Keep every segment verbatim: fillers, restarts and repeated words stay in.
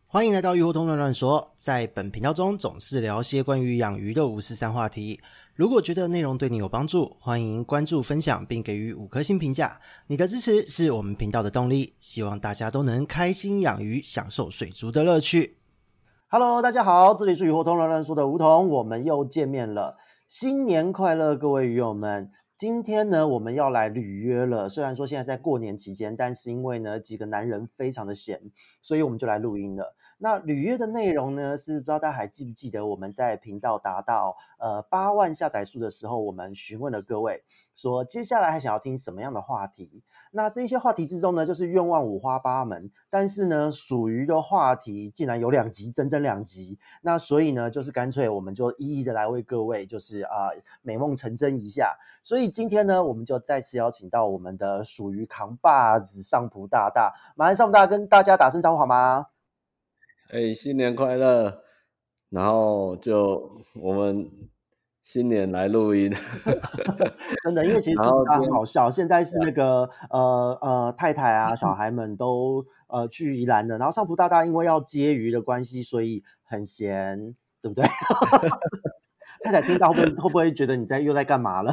欢迎来到鱼活通乱乱说，在本频道中总是聊些关于养鱼的五四三话题。如果觉得内容对你有帮助，欢迎关注分享并给予五颗星评价。你的支持是我们频道的动力，希望大家都能开心养鱼，享受水族的乐趣。Hello， 大家好，这里是鱼活通乱乱说的梧桐，我们又见面了，新年快乐，各位鱼友们！今天呢，我们要来履约了。虽然说现在在过年期间，但是因为呢几个男人非常的闲，所以我们就来录音了。那履约的内容呢，是不知道大家还记不记得我们在频道达到呃八万下载数的时候，我们询问了各位说接下来还想要听什么样的话题。那这些话题之中呢，就是愿望五花八门，但是呢属于的话题竟然有两集，整整两集。那所以呢，就是干脆我们就一一的来为各位就是啊、呃、美梦成真一下。所以今天呢，我们就再次邀请到我们的属于扛把子上普大大，马上上普大跟大家打声招呼好吗？ 哎，新年快乐！然后就我们新年来录音， 真的，因为其实然上普大后今天很好笑，现在是那个呃呃太太啊小孩们都呃去宜兰了，然后上普大大因为要接鱼的关系，所以很闲，对不对？太太听到会不会会不会觉得你在又在干嘛了？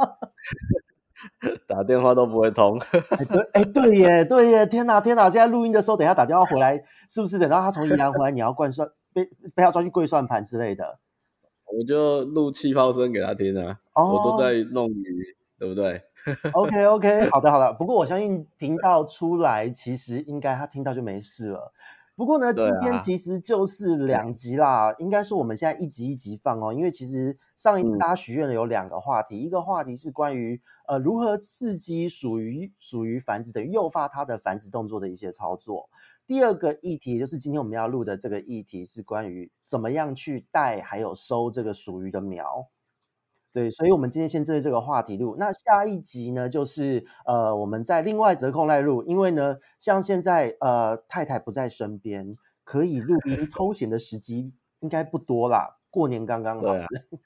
打电话都不会通， 哎对哎对耶对耶，天哪天哪！现在录音的时候，等一下打电话回来，是不是等到他从宜兰回来，你要灌算被被他抓去跪算盘之类的？ 我就录气泡声给他听啊，我都哦在弄鱼，对不对？ ，OK OK，好的好的。不过我相信频道出来，其实应该他听到就没事了。不过呢，今天对啊， 其实就是两集啦，应该说我们现在一集一集放哦，因为其实上一次嗯大家许愿的有两个话题，一个话题是关于呃如何刺激属于属于繁殖的诱发它的繁殖动作的一些操作。第二个议题就是今天我们要录的这个议题是关于怎么样去带还有收这个属鱼的苗。对，所以我们今天先针对这个话题录。那下一集呢，就是呃，我们在另外择空来录，因为呢，像现在呃太太不在身边，可以录音偷闲的时机应该不多啦，过年刚刚好。 对啊，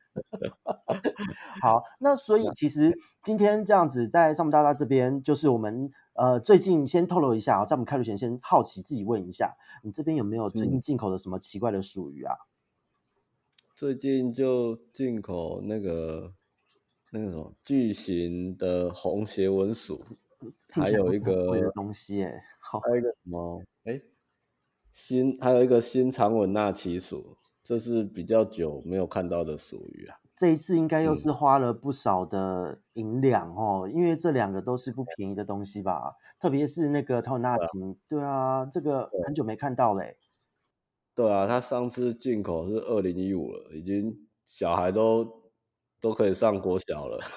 好，那所以那其实今天这样子在上姆大大这边，就是我们呃最近先透露一下啊，在我们开录前先好奇自己问一下，你这边有没有最近嗯， 进口的什么奇怪的属鱼啊？ 最近就进口那个那个什么巨型的红斜纹鼠， 听起来还有一都是很贵的个东西耶。好。 还有一个什么？哎，新还有一个新长吻纳奇属，这是比较久没有看到的属鱼啊。 这一次应该又嗯， 是花了不少的银两哦，因为这两个都是不便宜的东西吧，特别是那个超纳婷，对啊，这个很久没看到嘞。 对啊，他上次进口是二零一五了，已经小孩都都可以上国小了。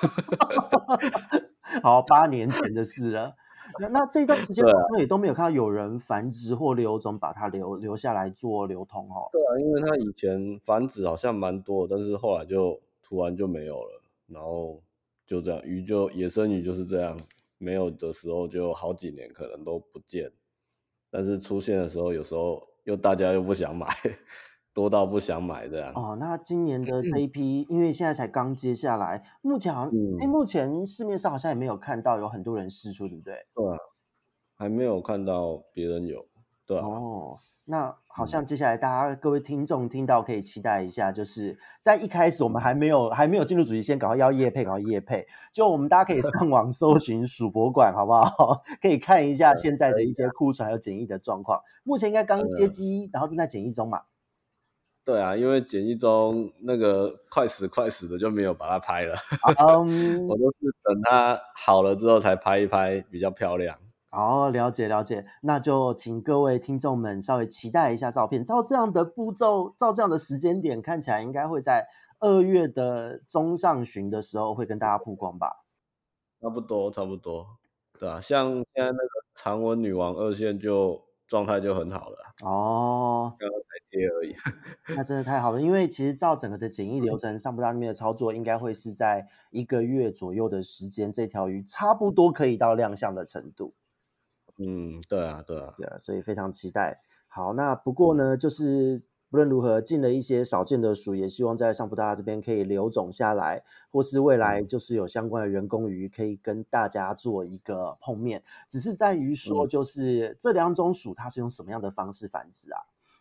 好，八年前的事了。那那这一段时间对啊， 好像也都没有看到有人繁殖或留种，把它留留下来做流通哦。 对啊，因为他以前繁殖好像蛮多的，但是后来就突然就没有了，然后就这样，鱼就野生鱼就是这样，没有的时候就好几年可能都不见，但是出现的时候，有时候又大家又不想买，多到不想买这样。 哦，那今年的这一批，因为现在才刚接下来，目前好像，哎， 嗯， 目前市面上好像也没有看到有很多人试出，对不对？ 对啊，还没有看到别人有，对啊， 哦，那好嗯。 像接下来大家各位听众听到可以期待一下，就是在一开始我们还没有还没有进入主题，先赶快要业配，赶快业配。就我们大家可以上网搜寻鼠博馆，好不好？可以看一下现在的一些库存还有检疫的状况。目前应该刚接呃， 机，然后正在检疫中嘛。 对啊，因为检疫中那个快死快死的就没有把它拍了， 嗯， 我都是等它好了之后才拍一拍，比较漂亮。 好，了解了解，那就请各位听众们稍微期待一下照片。照这样的步骤，照这样的时间点，看起来应该会在二月的中上旬的时候会跟大家曝光吧。 差不多差不多，对啊，像现在那个长吻女王二线就状态就很好了啊， 哦， 刚刚才贴而已。 那真的太好了，因为其实照整个的检疫流程，上不到那边的操作，应该会是在一个月左右的时间，这条鱼差不多可以到亮相的程度。 嗯，对啊对啊， 对啊，所以非常期待。好，那不过嗯呢，就是不论如何，进了一些少见的鼠，也希望在上普大这边可以留种下来，或是未来嗯就是有相关的人工鱼可以跟大家做一个碰面。只是在于说， 嗯就是这两种鼠它是用什么样的方式繁殖啊？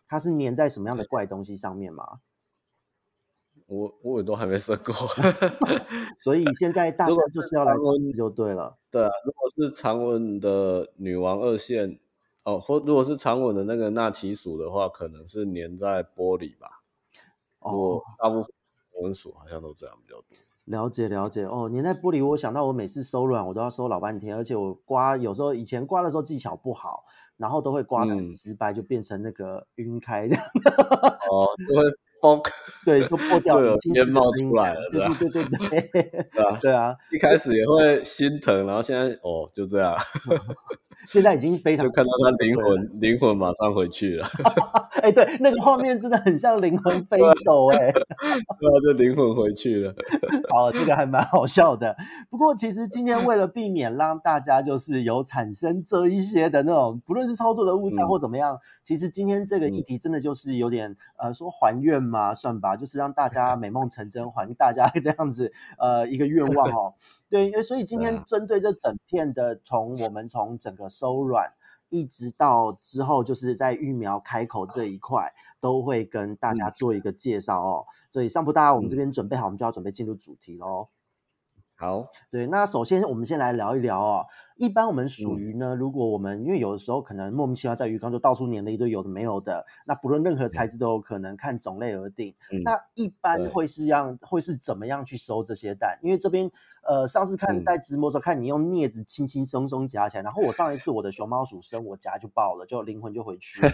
它是粘在什么样的怪东西上面吗？ 我我也都还没生过， 所以现在大家就是要来尝试就对了。 对啊，如果是常温的女王二线哦，或如果是常温的那个纳奇鼠的话，可能是粘在玻璃吧。 哦， 如果大部分常温鼠好像都这样比较多。 了解了解哦，粘在玻璃，我想到我每次收卵我都要收老半天，而且我刮有时候以前刮的时候技巧不好，然后都会刮得很失败，嗯、就变成那个晕开这样。 哦，就会崩， 对，就破掉， 就有烟冒出来了， 对对对对对， 对啊， 对啊， 一开始也会心疼，然后现在哦就这样， 现在已经非常就看到他灵魂灵魂马上回去了。 哎，对，那个画面真的很像灵魂飞走哎、欸，对啊，就灵魂回去了。 好，这个还蛮好笑的。不过其实今天为了避免让大家就是有产生这一些的那种，不论是操作的误差或怎么样，嗯、其实今天这个议题真的就是有点、嗯、呃说还愿嘛，算吧，就是让大家美梦成真，还大家这样子呃一个愿望哦。对，所以今天针对这整片的，从我们从整个收卵。一直到之后就是在育苗开口这一块都会跟大家做一个介绍哦，嗯、所以上铺大家我们这边准备好，我们就要准备进入主题咯。 好， 对，那首先我们先来聊一聊哦。一般我们属鱼呢，嗯、如果我们因为有的时候可能莫名其妙在鱼缸就到处粘了一堆有的没有的，那不论任何材质都有可能，看种类而定。嗯、那一般会是样会是怎么样去收这些蛋？因为这边呃上次看在直播的时候，嗯、看你用镊子轻轻松松夹起来，然后我上一次我的熊猫鼠生我夹就爆了，就灵魂就回去了。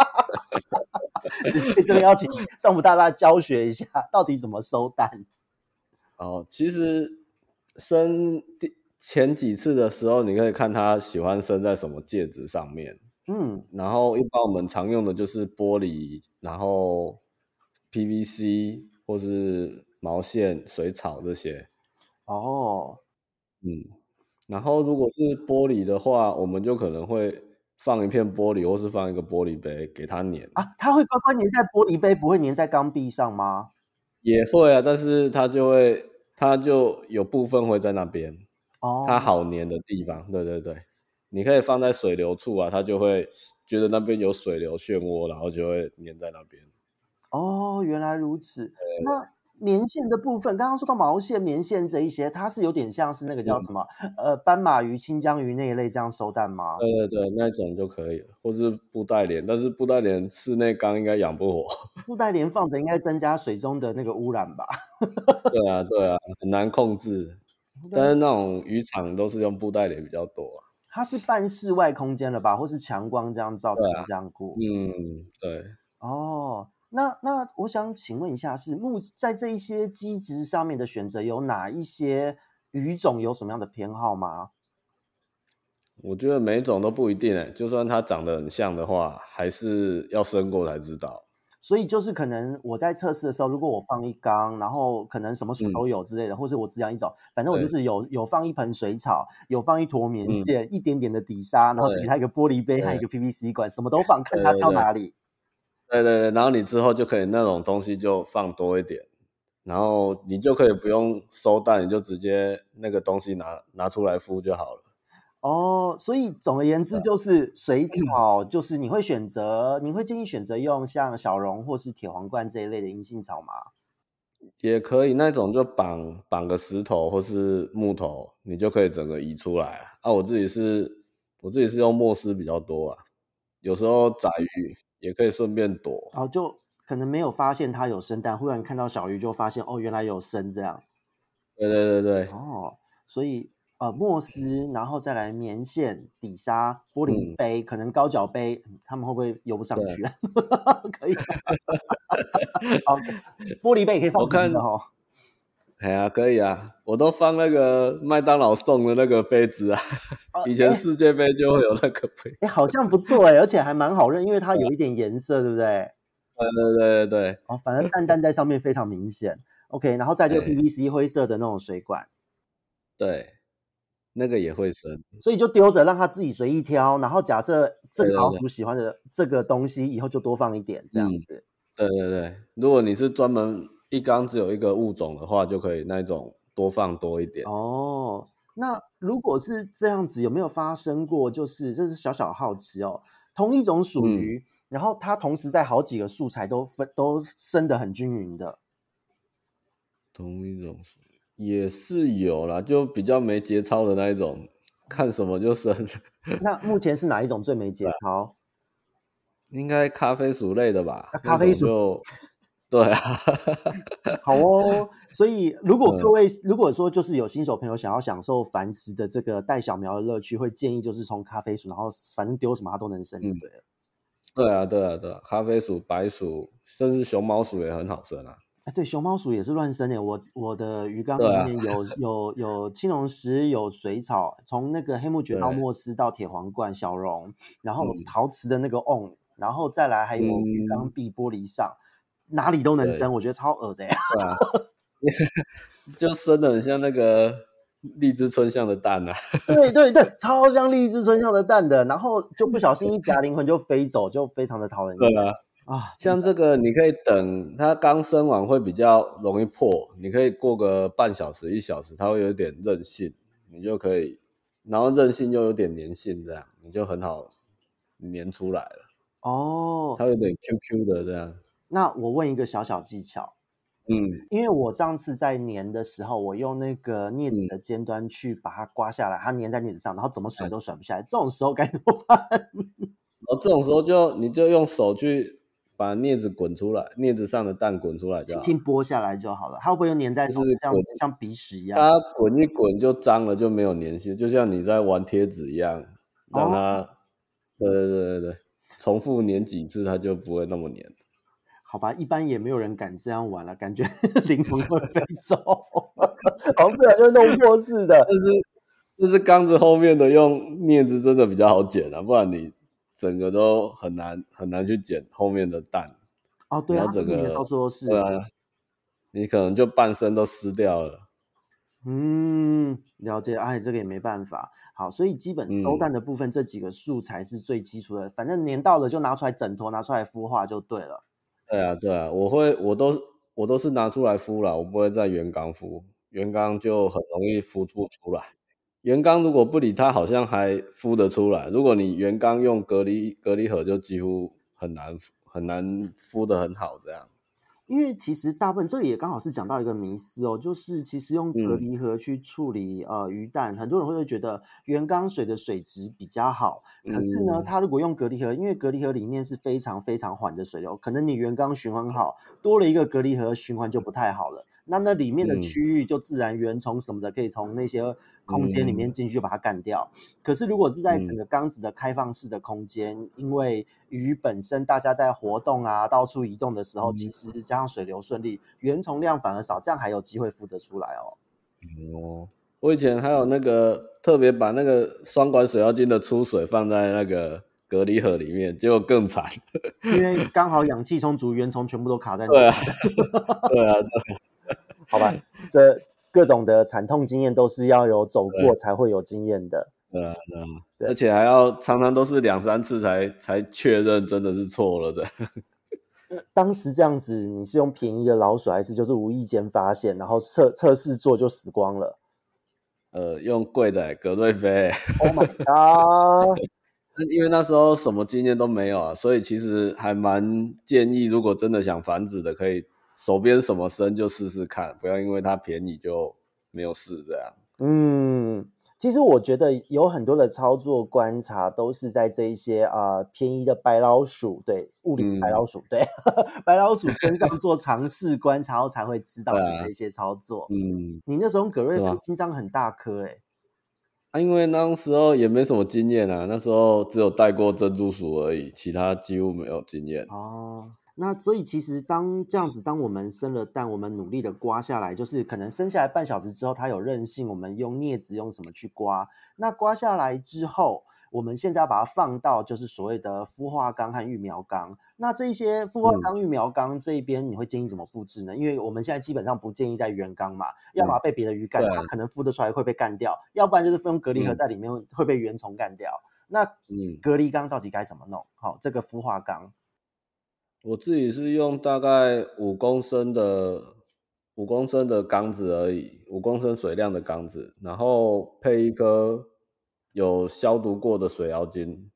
所以这边要请上铺大大教学一下，到底怎么收蛋？ 哦，其实生前几次的时候，你可以看他喜欢生在什么介质上面。嗯，然后一般我们常用的就是玻璃，然后 P V C 或是毛线、水草这些。哦，嗯，然后如果是玻璃的话，我们就可能会放一片玻璃，或是放一个玻璃杯给它粘。 啊，它会乖乖粘在玻璃杯，不会粘在缸壁上吗？ 也会啊，但是它就会，它就有部分会在那边，哦，它好粘的地方，对对对，你可以放在水流处啊，它就会觉得那边有水流漩涡，然后就会粘在那边。 哦，原来如此。那棉线的部分，刚刚说到毛线、棉线这一些，它是有点像是那个叫什么，嗯、呃，斑马鱼、清江鱼那一类这样收蛋吗？ 对对对，那种就可以了，或是布袋莲，但是布袋莲室内缸应该养不活。 布袋莲放着应该增加水中的那个污染吧？ 对啊，对啊，很难控制。但是那种渔场都是用布袋莲比较多啊。 它是半室外空间了吧，或是强光这样照才能这样顾？ 嗯，对。 哦。那那我想请问一下，是目在这一些基质上面的选择，有哪一些鱼种有什么样的偏好吗？ 我觉得每一种都不一定诶，就算它长得很像的话，还是要生过才知道。 所以就是可能我在测试的时候，如果我放一缸，然后可能什么水都有之类的，嗯、或是我只养一种，反正我就是有有放一盆水草，有放一坨棉线，嗯、一点点的底沙，然后给它一个玻璃杯和一个 P V C 管，什么都放，看它挑哪里。 对对对，然后你之后就可以那种东西就放多一点，然后你就可以不用收蛋，你就直接那个东西拿拿出来孵就好了。 哦，所以总而言之就是水草，就是你会选择，你会建议选择用像小绒或是铁皇冠这一类的阴性草吗？ 也可以，那种就绑绑个石头或是木头，你就可以整个移出来啊。我自己是，我自己是用墨丝比较多啊，有时候仔鱼也可以顺便躲。 哦，就可能没有发现它有生蛋，忽然看到小鱼就发现哦，原来有生这样。 对对对对。 哦，所以呃墨丝，然后再来棉线、底沙、玻璃杯，嗯、可能高脚杯，他们会不会游不上去？可以吗？好，玻璃杯也可以放平的哦。 哎呀，可以啊，我都放那个麦当劳送的那个杯子啊，以前世界杯就会有那个杯。 哎，好像不错哎，而且还蛮好认，因为它有一点颜色，对不对？ 对对对对对。 哦，反而蛋蛋在上面非常明显。OK， 然后再就 P V C 灰色的那种水管。 对，那个也会生。 所以就丢着让它自己随意挑，然后假设这个老鼠喜欢的这个东西，以后就多放一点这样子。 对对对，如果你是专门一缸只有一个物种的话，就可以那种多放多一点。 哦，那如果是这样子，有没有发生过？就是这是小小好奇哦，同一种属鱼，嗯、 然后它同时在好几个素材都分都生得很均匀的。 同一种也是有啦，就比较没节操的那一种，看什么就生。 那目前是哪一种最没节操？ 应该咖啡薯类的吧？ 啊， 那咖啡薯。 种就对啊。 好哦，所以如果各嗯位如果说就是有新手朋友想要享受繁殖的这个带小苗的乐趣，会建议就是从咖啡薯，然后反正丢什么它都能生就嗯， 对了。 对啊，对啊，对啊，咖啡薯、白薯，甚至熊猫薯也很好生啊。 哎，对，熊猫鼠也是乱生诶。我我的鱼缸里对啊， 面有有有青龙石，有水草，从那个黑木蕨到对， 莫斯到铁皇冠、小龙，然后嗯陶瓷的那个瓮，然后再来还有鱼缸嗯， 壁、玻璃上，哪里都能对生，我觉得超恶的。 对啊，就生的很像那个荔枝春象的蛋啊。 对对对，超像荔枝春象的蛋的，然后就不小心一夹灵魂就飞走，就非常的讨人厌对啊， 啊！真的像这个你可以等它刚生完会比较容易破，你可以过个半小时一小时，它会有点韧性，你就可以，然后韧性又有点粘性，这样你就很好粘出来了， 哦。 它有点 Q Q 的这样。 那我问一个小小技巧， 嗯因为我上次在粘的时候，我用那个镊子嗯， 的尖端去把它刮下来，它粘在镊子上，然后怎么甩哎， 都甩不下来，这种时候该怎么办？ 然后这种时候就你就用手去把镊子滚出来，镊子上的蛋滚出来就轻好了， 轻拨下来就好了，它会不会又粘在就手上，像是滚， 像鼻屎一样？ 它滚一滚就脏了，就没有粘性，就像你在玩贴纸一样，让哦， 它，对对对对对，重复粘几次它就不会那么粘。 好吧，一般也没有人敢这样玩了，感觉灵魂会飞走，好像不然就弄破似的。 但是但是缸子后面的用镊子真的比较好剪啊，不然你整个都很难很难去剪后面的蛋， 哦，对， 你要它这个也整个， 到处都是。 对啊，你可能就半身都湿掉了。 嗯，了解。哎，这个也没办法。好，所以基本收嗯， 蛋的部分，这几个素材是最基础的，反正粘到了就拿出来整坨，拿出来孵化就对了。 对啊对啊，我会我都我都是拿出来孵啦，我不会在原缸孵，原缸就很容易孵不出来。原缸如果不理它，好像还孵得出来。如果你原缸用隔离隔离盒，就几乎很难很难孵得很好这样。 因为其实大部分这个也刚好是讲到一个迷思哦，就是其实用隔嗯离盒去处理呃鱼蛋，很多人会觉得原缸水的水质比较好，可是呢， 嗯它如果用隔离盒，因为隔离盒里面是非常非常缓的水流，可能你原缸循环好，多了一个隔离盒循环就不太好了。那那里面的嗯区域就自然原虫什么的可以从那些空间里面嗯进去就把它干掉。可是如果是在整嗯个缸子的开放式的空间，因为鱼本身大家在活动啊、到处移动的时候，其嗯， 实加上水流顺利，原虫量反而少，这样还有机会孵得出来哦。 哦，我以前还有那个特别把那个双管水妖精的出水放在那个隔离盒里面，结果更惨。 因为刚好氧气充足，原虫全部都卡在里对啊， 面。 对啊， 好吧，这各种的惨痛经验都是要有走过对才会有经验的。 对啊，对啊， 对， 而且还要常常都是两三次才才确认真的是错了的。 当时这样子，你是用便宜的老鼠，还是就是无意间发现，然后测测试做就死光了呃，用贵的欸格瑞菲欸， ？Oh my god！ 因为那时候什么经验都没有啊，所以其实还蛮建议，如果真的想繁殖的，可以手边什么生就试试看，不要因为它便宜就没有试这样。 嗯，其实我觉得有很多的操作观察都是在这一些啊、呃便宜的白老鼠，对，物理白老嗯， 鼠，对，白老鼠身上做尝试观察后才会知道对啊， 的这些操作。 嗯， 你那时候用葛瑞是吗？ 菲心脏很大颗诶。 啊，因为那时候也没什么经验啊，那时候只有带过珍珠鼠而已，其他几乎没有经验。 哦，那所以其实当这样子，当我们生了蛋，我们努力的刮下来，就是可能生下来半小时之后，它有韧性，我们用镊子用什么去刮？那刮下来之后，我们现在要把它放到就是所谓的孵化缸和育苗缸。那这一些孵化嗯缸、育苗缸这一边，你会建议怎么布置呢？因为我们现在基本上不建议在原缸嘛，要么嗯， 被别的鱼干对， 掉，它可能孵得出来会被干掉；要不然就是用隔离盒嗯在里面会被原虫干掉。那嗯， 隔离缸到底该怎么弄？好，这个孵化缸。 我自己是用大概五公升的五公升的缸子而已，五公升水量的缸子，然后配一颗有消毒过的水妖精，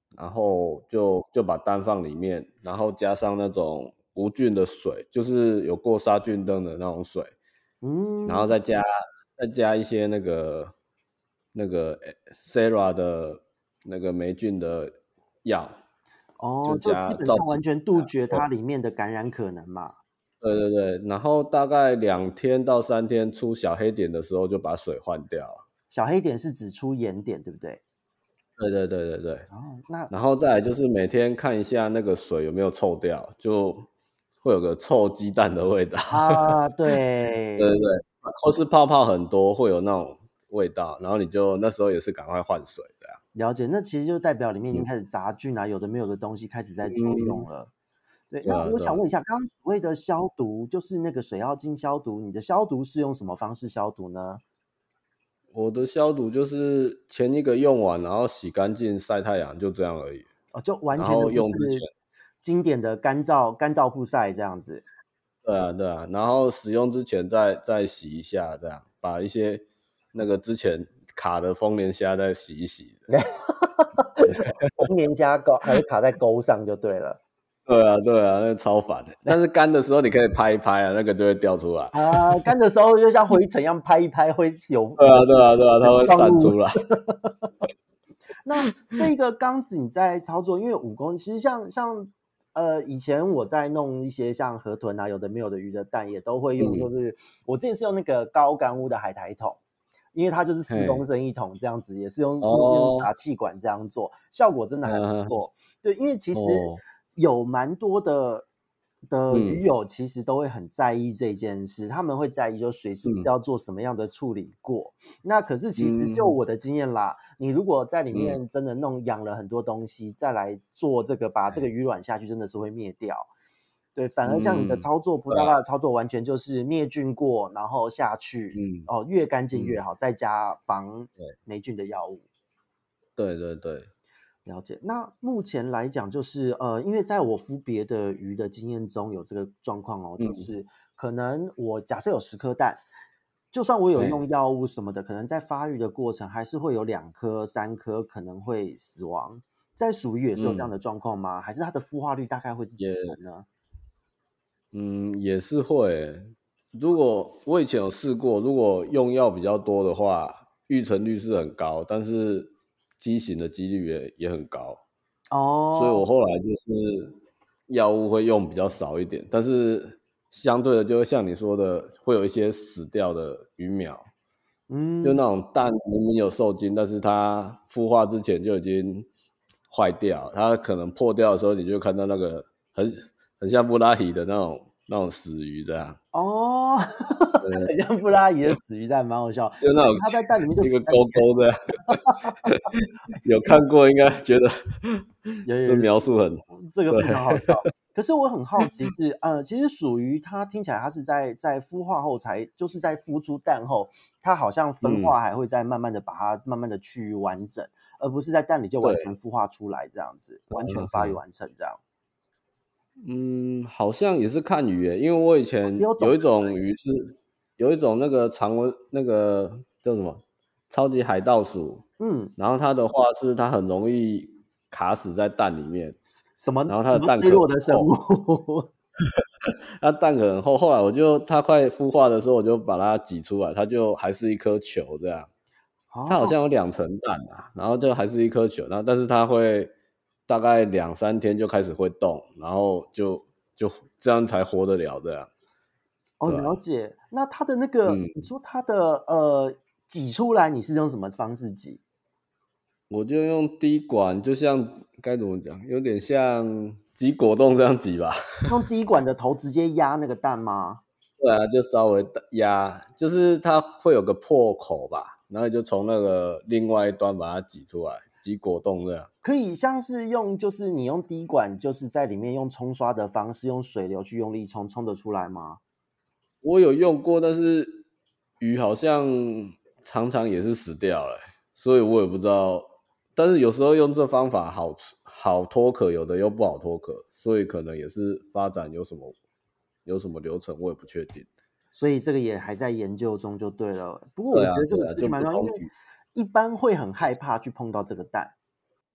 然后就就把蛋放里面，然后加上那种无菌的水，就是有过杀菌灯的那种水，然后嗯， 再加再加一些那个那个 Sera 的那个霉菌的药，就哦，就基加照煮。 本上完全杜绝它里面的感染可能嘛。 对对对，然后大概两天到三天出小黑点的时候，就把水换掉。 小黑点是指出眼点，对不对？ 对对对对对， 哦，那然后再来就是每天看一下那个水有没有臭掉，就会有个臭鸡蛋的味道。 啊， 对对， 对对，或是泡泡很多会有那种味道，然后你就那时候也是赶快换水这样。 了解。那其实就代表里面已经嗯开始杂菌啊，有的没有的东西开始在作用嗯， 了。对， 对那啊对啊， 我想问一下，刚刚所谓的消毒，就是那个水妖精消毒，你的消毒是用什么方式消毒呢？ 我的消毒就是前一个用完，然后洗干净晒太阳，就这样而已。 哦，就完然全的就后用之前， 是经典的干燥干燥曝晒这样子。 对啊对啊，然后使用之前再再洗一下，这样把一些那个之前卡的丰年虾再洗一洗的。 红黏加钩还是卡在钩上就对了。 对啊对啊，那个超烦的。但是干的时候你可以拍一拍啊，那个就会掉出来。 啊，干的时候就像灰尘一样拍一拍，会有对啊对啊对啊，它会状物。 散出来。 那这个缸子你在操作，因为武功其实像像呃以前我在弄一些像河豚啊，有的没有的鱼的蛋，也都会用，就嗯， 是我之前是用那个高干屋的海苔桶，因为它就是四公嘿， 升一桶这样子，也是用用用哦， 打气管这样做，效果真的还不嗯错。对，因为其实哦， 有蛮多的的嗯鱼友其实都会很在意这件事，他们会在意说水是不是嗯要做什么样的处理过。那可是其实就嗯我的经验啦，你如果在里嗯， 面真的弄养了很多东西，再来做这个把这个嘿， 鱼卵下去，真的是会灭掉。对，反而像你的嗯， 操作，葡对啊， 萄大的操作完全就是灭菌过，然后下去， 嗯哦，越干净越嗯， 好，再加防对霉菌的药物。 对对对， 了解。那目前来讲，就是呃，因为在我敷别的鱼的经验中有这个状况哦，就嗯， 是可能我假设有十颗蛋，就算我有嘿， 用药物什么的，可能在发育的过程还是会有两颗、三颗可能会死亡。在属鱼也是有这样嗯， 的状况吗？还是它的孵化率大概会是几也成呢？ 嗯也是会欸。如果我以前有试过，如果用药比较多的话，育成率是很高，但是畸形的几率也也很高。所以我哦， 后来就是药物会用比较少一点，但是相对的就会像你说的，会有一些死掉的鱼苗，就嗯， 那种蛋明明有受精，但是它孵化之前就已经坏掉，它可能破掉的时候，你就看到那个很很像布拉提的那种那种死鱼这样， 哦， 对， 很像布拉吉的死鱼蛋，蛮好笑。 就那种它在蛋里面就一个死在里面。 勾勾的，有看过应该觉得有有这有， 描述很这个对， 非常好笑。可是我很好奇是，呃，其实属于它听起来它是在在孵化后才，就是在孵出蛋后，它好像分嗯， 化还会再慢慢的把它慢慢的趋于完整，而不是在蛋里就完对， 全孵化出来这样子，完全发育嗯哼。 完成这样。 嗯，好像也是看鱼诶，因为我以前也有种， 有一种鱼是有一种那个常温那个叫什么超级海盗鼠， 嗯， 然后它的话是它很容易卡死在蛋里面， 什么然后它什么脆的蛋壳很弱的生物。 厚，它蛋壳很厚。后来我就它快孵化的时候，我就把它挤出来，它就还是一颗球这样。它好哦， 像有两层蛋啊，然后就还是一颗球，然后但是它会大概两三天就开始会动，然后就就这样才活得了这样， 哦， 对啊， 了解。那它的那个， 嗯， 你说它的呃挤出来，你是用什么方式挤？ 我就用滴管，就像该怎么讲，有点像挤果冻这样挤吧。 用滴管的头直接压那个蛋吗？ 对啊，就稍微压，就是它会有个破口吧，然后就从那个另外一端把它挤出来，挤果冻这样。 可以像是用，就是你用滴管，就是在里面用冲刷的方式，用水流去用力冲，冲得出来吗？ 我有用过，但是鱼好像常常也是死掉了欸，所以我也不知道。但是有时候用这方法好好脱壳，有的又不好脱壳，所以可能也是发展有什么有什么流程，我也不确定。 所以这个也还在研究中，就对了。不过对啊， 我觉得这个对啊，就资讯蛮重要，因为不同鱼。 一般会很害怕去碰到这个蛋。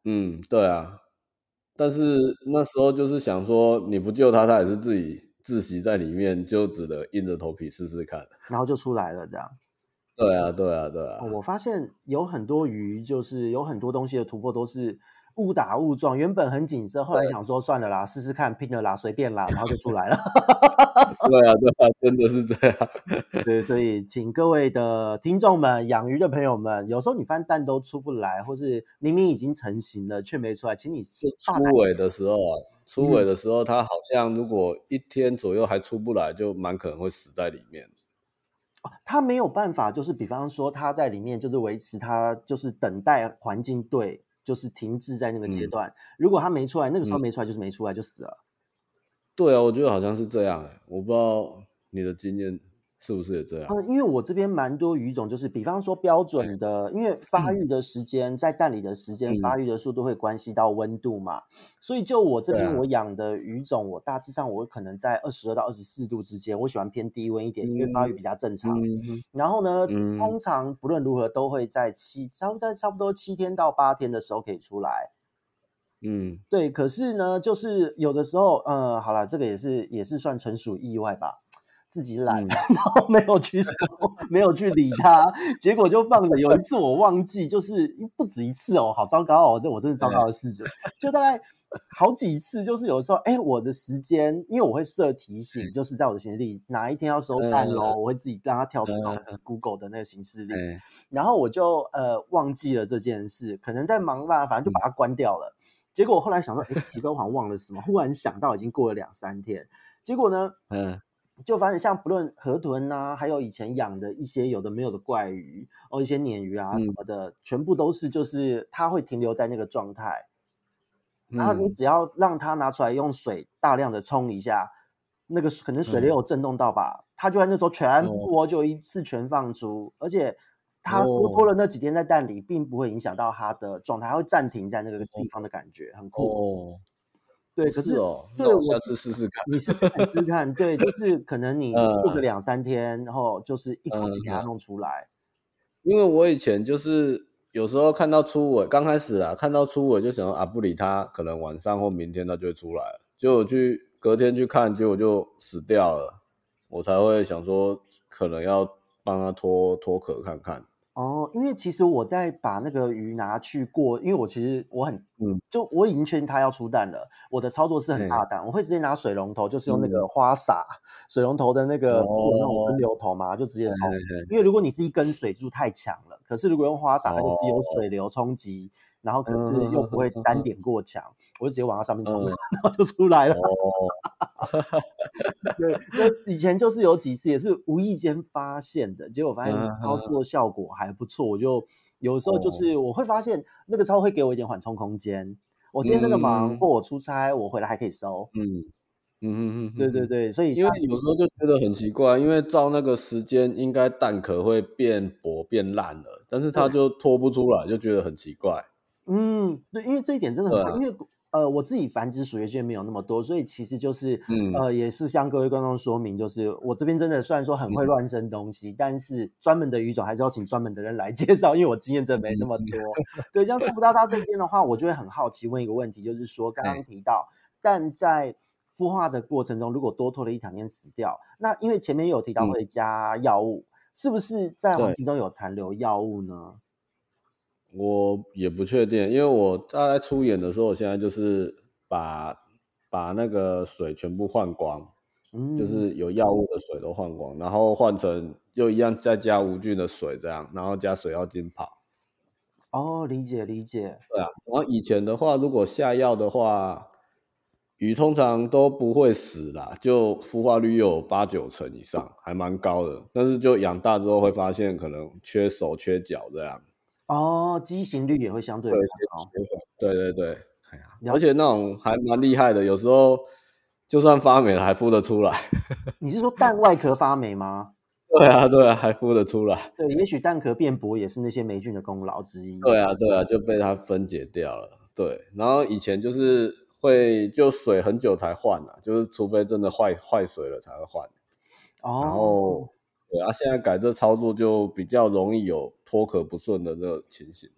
嗯，对啊。但是那时候就是想说，你不救它，它也是自己窒息在里面，就只能硬着头皮试试看。 然后就出来了这样。 对啊，对啊，对哦， 啊。 我发现有很多鱼，就是有很多东西的突破都是误打误撞，原本很谨慎，后来对。 想说算了啦，试试看，拼了啦，随便啦，然后就出来了。 对啊，对啊，真的是这样。 对，所以请各位的听众们、养鱼的朋友们，有时候你发现蛋都出不来，或是明明已经成型了却没出来，请你就大胆。 初尾的时候啊，初尾嗯， 的时候，它好像如果一天左右还出不来，就蛮可能会死在里面。 他没有办法，就是比方说他在里面就是维持他就是等待环境对，就是停滞在那个阶嗯段。如果他没出来，那个时候嗯， 没出来就是没出来就死了。 对啊，我觉得好像是这样欸，我不知道你的经验是不是也这样？ 嗯，因为我这边蛮多鱼种，就是比方说标准的，因为发育的时间在蛋里的时间、 嗯， 发育的速度会关系到温度嘛，所以就我这对啊。 边我养的鱼种，我大致上我可能在二十二到二十四度之间，我喜欢偏低温一点，因为发育嗯比较正常。 嗯然后呢， 嗯通常不论如何都会在七，差不多在差不多七天到八天的时候可以出来。 嗯对，可是呢，就是有的时候，呃，好了，这个也是也是算纯属意外吧，自己懒， 嗯然后没有去收，没有去理它，结果就放着。有一次我忘记，就是不止一次哦，好糟糕哦，这我真是糟糕的事情。就大概好几次，就是有时候，哎，我的时间，因为我会设提醒，就是在我的行事历哪一天要收蛋咯， 嗯我会自己让它跳出脑嗯子 Google 的那个行事历， 哎然后我就呃忘记了这件事，可能在忙吧，反正就把它关掉了。结果我后来想说，哎，奇怪，我好像忘了什么，忽然想到已经过了两三天，结果呢， 嗯就发现像不论河豚啊，还有以前养的一些有的没有的怪鱼，哦，一些鲶鱼啊什嗯么的，全部都是就是它会停留在那个状态，然后你嗯只要让它拿出来用水大量的冲一下，那个可能水流嗯， 有震动到吧，它就在那时候全哦部哦就一次全放出，而且它多拖哦了那几天在蛋里，并不会影响到它的状态，它会暂停在那个地方的感觉，很酷。 哦哦， 对，可是是哦，那对我我下次试试看。 你试试看试试看，对，就是可能你过个嗯两三天，然后就是一口气给它嗯。 弄出来。 因为我以前就是有时候看到初尾，刚开始啦，看到初尾就想说啊，不理它，可能晚上或明天它就会出来了。结果去隔天去看，结果就死掉了，我才会想说可能要帮它脱脱壳看看。 哦，因为其实我在把那个鱼拿去过，因为我其实我很嗯， 就我已经确定它要出蛋了，我的操作是很大嘿， 胆，我会直接拿水龙头，就是用那个嗯， 花洒水龙头的那个不是有那种分哦， 流头嘛，就直接嘿冲。 嘿嘿， 因为如果你是一根水柱太强了，可是如果用花洒，它就是有哦， 水流冲击，然后可嗯是又不会单哼点过强，我就直接往它上面冲， 嗯， 然后就出来了。 哦， 对，那以前就是有几次也是无意间发现的，结果发现嗯哼， 操作效果还不错，我就有时候就哦， 是我会发现那个操作会给我一点缓冲空间。我今天这个忙，或嗯我出差，我回来还可以收。 嗯嗯哼哼哼哼。 对对对，所以像因为有时候就觉得很奇怪，因为照那个时间应该蛋壳会变薄变烂了，但是它对， 就脱不出来，就觉得很奇怪。 嗯，对，因为这一点真的很棒， 对啊， 因为呃，我自己繁殖属于圈没有那么多，所以其实就是嗯呃，也是向各位观众说明，就是我这边真的虽然说很会嗯乱生东西，但是专门的鱼种还是要请专门的人来介绍，因为我经验真的没那么嗯， 多。对，像上不到他这边的话，我就会很好奇问一个问题，就是说刚刚哎， 提到蛋在孵化的过程中，如果多拖了一两天死掉，那因为前面有提到嗯， 会加药物，是不是在环对， 境中有残留药物呢？ 我也不确定，因为我大概出演的时候，我现在就是把把那个水全部换光，就嗯， 是有药物的水都换光，然后换成就一样再加无菌的水这样，然后加水药精跑。 哦，理解理解。 对啊，然后以前的话，如果下药的话，鱼通常都不会死啦，就孵化率有八九成以上，还蛮高的。但是就养大之后会发现可能缺手缺脚这样， 哦，畸形率也会相对比会有一些较高。 缺损。对对对，哎呀， 了解， 而且那种还蛮厉害的，有时候就算发霉了还孵得出来。 你是说蛋外壳发霉吗？ 对啊对啊，还孵得出来。 对，也许蛋壳变薄也是那些霉菌的功劳之一。 对啊，对啊，就被它分解掉了。对，然后以前就是会就水很久才换啊，就是除非真的坏坏水了才会换。然哦， 后对啊，现在改这操作就比较容易有脱壳不顺的这个情形的。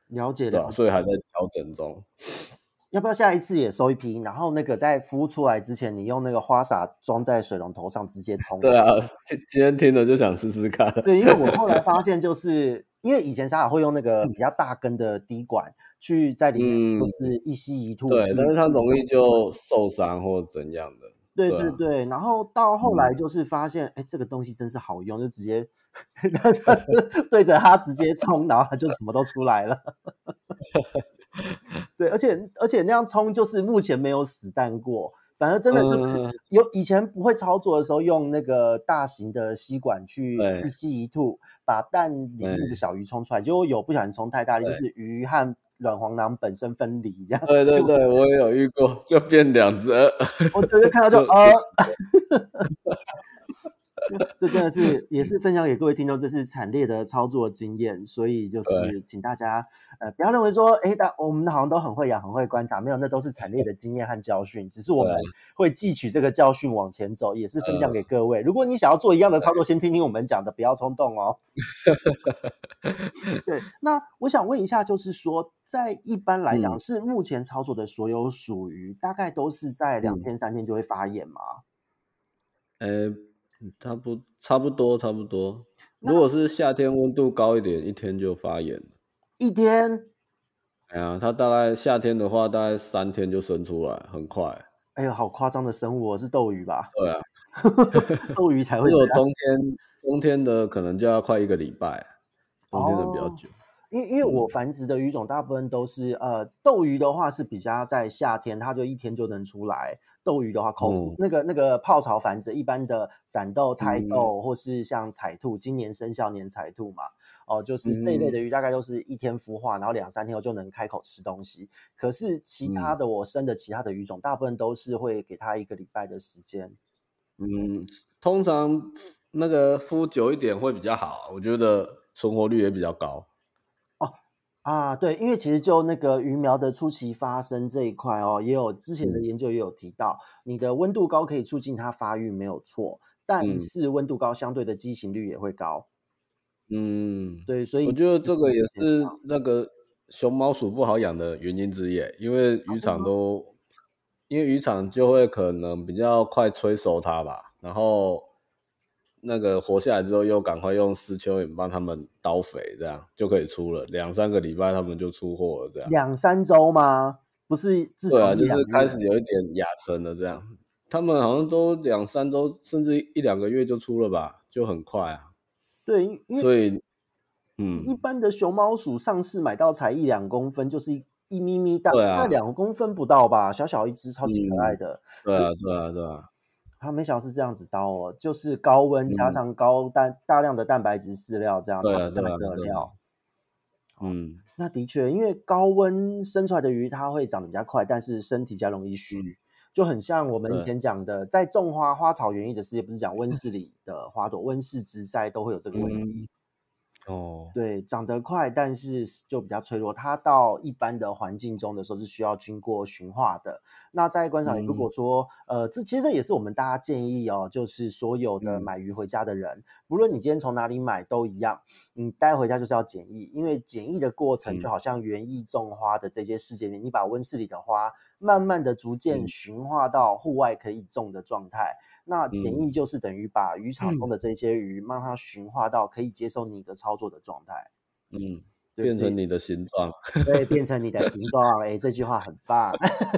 对啊， 了解了解。 所以还在调整中。 要不要下一次也收一批，然后那个在孵出来之前，你用那个花洒装在水龙头上直接冲？ 对啊，今今天听了就想试试看。 对，因为我后来发现，就是因为以前沙雅会用那个嗯比较大根的滴管去在里面，就嗯， 是一吸一吐对， 去。 但是它容易就受伤或怎样的。 对对啊， 对对，然后到后来嗯， 就是发现，哎，这个东西真是好用，就直接对着它直接冲，然后它就什么都出来了。对，而且而且那样冲就是目前没有死蛋过，反正真的就是嗯， 有以前不会操作的时候，用那个大型的吸管去对， 一吸一吐，把蛋里面的对小鱼冲出来，结果有不小心冲太大力，就对。 是鱼和卵黄囊本身分离这样。 对对对，我也有遇过，就变两只，呃， 我直接看到就就就呃，这真的是也是分享给各位听众，这是惨烈的操作经验，所以就对， 是请大家呃不要认为说，哎，大我们好像都很会养、很会观察，没有，那都是惨烈的经验和教训，只是我们对啊， 会汲取这个教训往前走，也是分享嗯， 给各位。如果你想要做一样的操作，先听听我们讲的，不要冲动哦。对，那我想问一下，就是说，在一般来讲， 嗯是目前操作的所有属鱼，大概都是在两嗯， 天、三天就会发炎吗？ 诶，差不差不多差不多。 那如果是夏天温度高一点，一天就发炎了。 一天， 哎呀，它大概夏天的话，大概三天就生出来，很快。 哎呦，好夸张的生物哦，是斗鱼吧？ 对啊， 斗鱼才会这样。 如果冬天冬天的可能就要快一个礼拜，冬天的比较哦， 久。 因为因为我嗯繁殖的鱼种大部分都是呃斗鱼的话是比较在夏天，它就一天就能出来。斗鱼的话，口嗯那个那个泡巢繁殖，一般的展斗、胎嗯斗，或是像彩兔，今年生肖年彩兔嘛，哦、就是这一类嗯的鱼大概都是一天孵化，然后两三天后就能开口吃东西。可是其他嗯的我生的其他的鱼种，大部分都是会给它一个礼拜的时间。 嗯，通常那个孵久一点会比较好，我觉得存活率也比较高。 哦，啊，对，因为其实就那个鱼苗的初期发生这一块哦，也有之前的嗯研究也有提到，你的温度高可以促进它发育，没有错，但嗯是温度高相对的畸形率也会高。 嗯， 对，所以我觉得就是这个也目前是那个熊猫鼠不好养的原因之一耶，因为啊， 渔真的吗？ 场都，因为渔场就会可能比较快催熟它吧，然后那个活下来之后又赶快用丝蚯蚓帮它们刀肥，这样就可以出了，两三个礼拜它们就出货了，这样。 两三周吗？不是，至对啊， 少一就是开两月。 始有一点亚成了这样，他们好像都两三周甚至一两个月就出了吧，就很快啊， 对，因因为所以一一嗯， 般的熊猫鼠上市买到才一两公分，就是一一咪咪大， 对啊， 大概两公分不到吧，小小一只，超级可爱嗯， 的。 对啊对啊对啊， 它没想到是这样子刀哦，就是高温加嗯， 上高蛋大量的蛋白质饲料，这样对啊对蛋白质饵啊对啊， 料。 嗯那的确，因为高温生出来的鱼，它会长得比较快，但是身体比较容易嗯， 虚，就很像我们以对， 前讲的，在种花花草园艺的世界，不是讲温室里的花朵，温室植栽都会有这个问题。 嗯，哦， 对，长得快，但是就比较脆弱。它到一般的环境中的时候是需要经过驯化的。那在观赏鱼，如嗯果说呃，这其实这也是我们大家建议哦，就是所有的嗯买鱼回家的人，不论你今天从哪里买都一样，你带回家就是要检疫，因为检疫的过程就嗯好像园艺种花的这些世界里，你把温室里的花慢慢的逐渐嗯驯化到户外可以种的状态。那检疫嗯就是等于把渔场中的这些鱼，让它驯化到可以接受你的操作的状态， 嗯， 对，所以变成你的形状， 对，变成你的形状。哎，这句话很棒。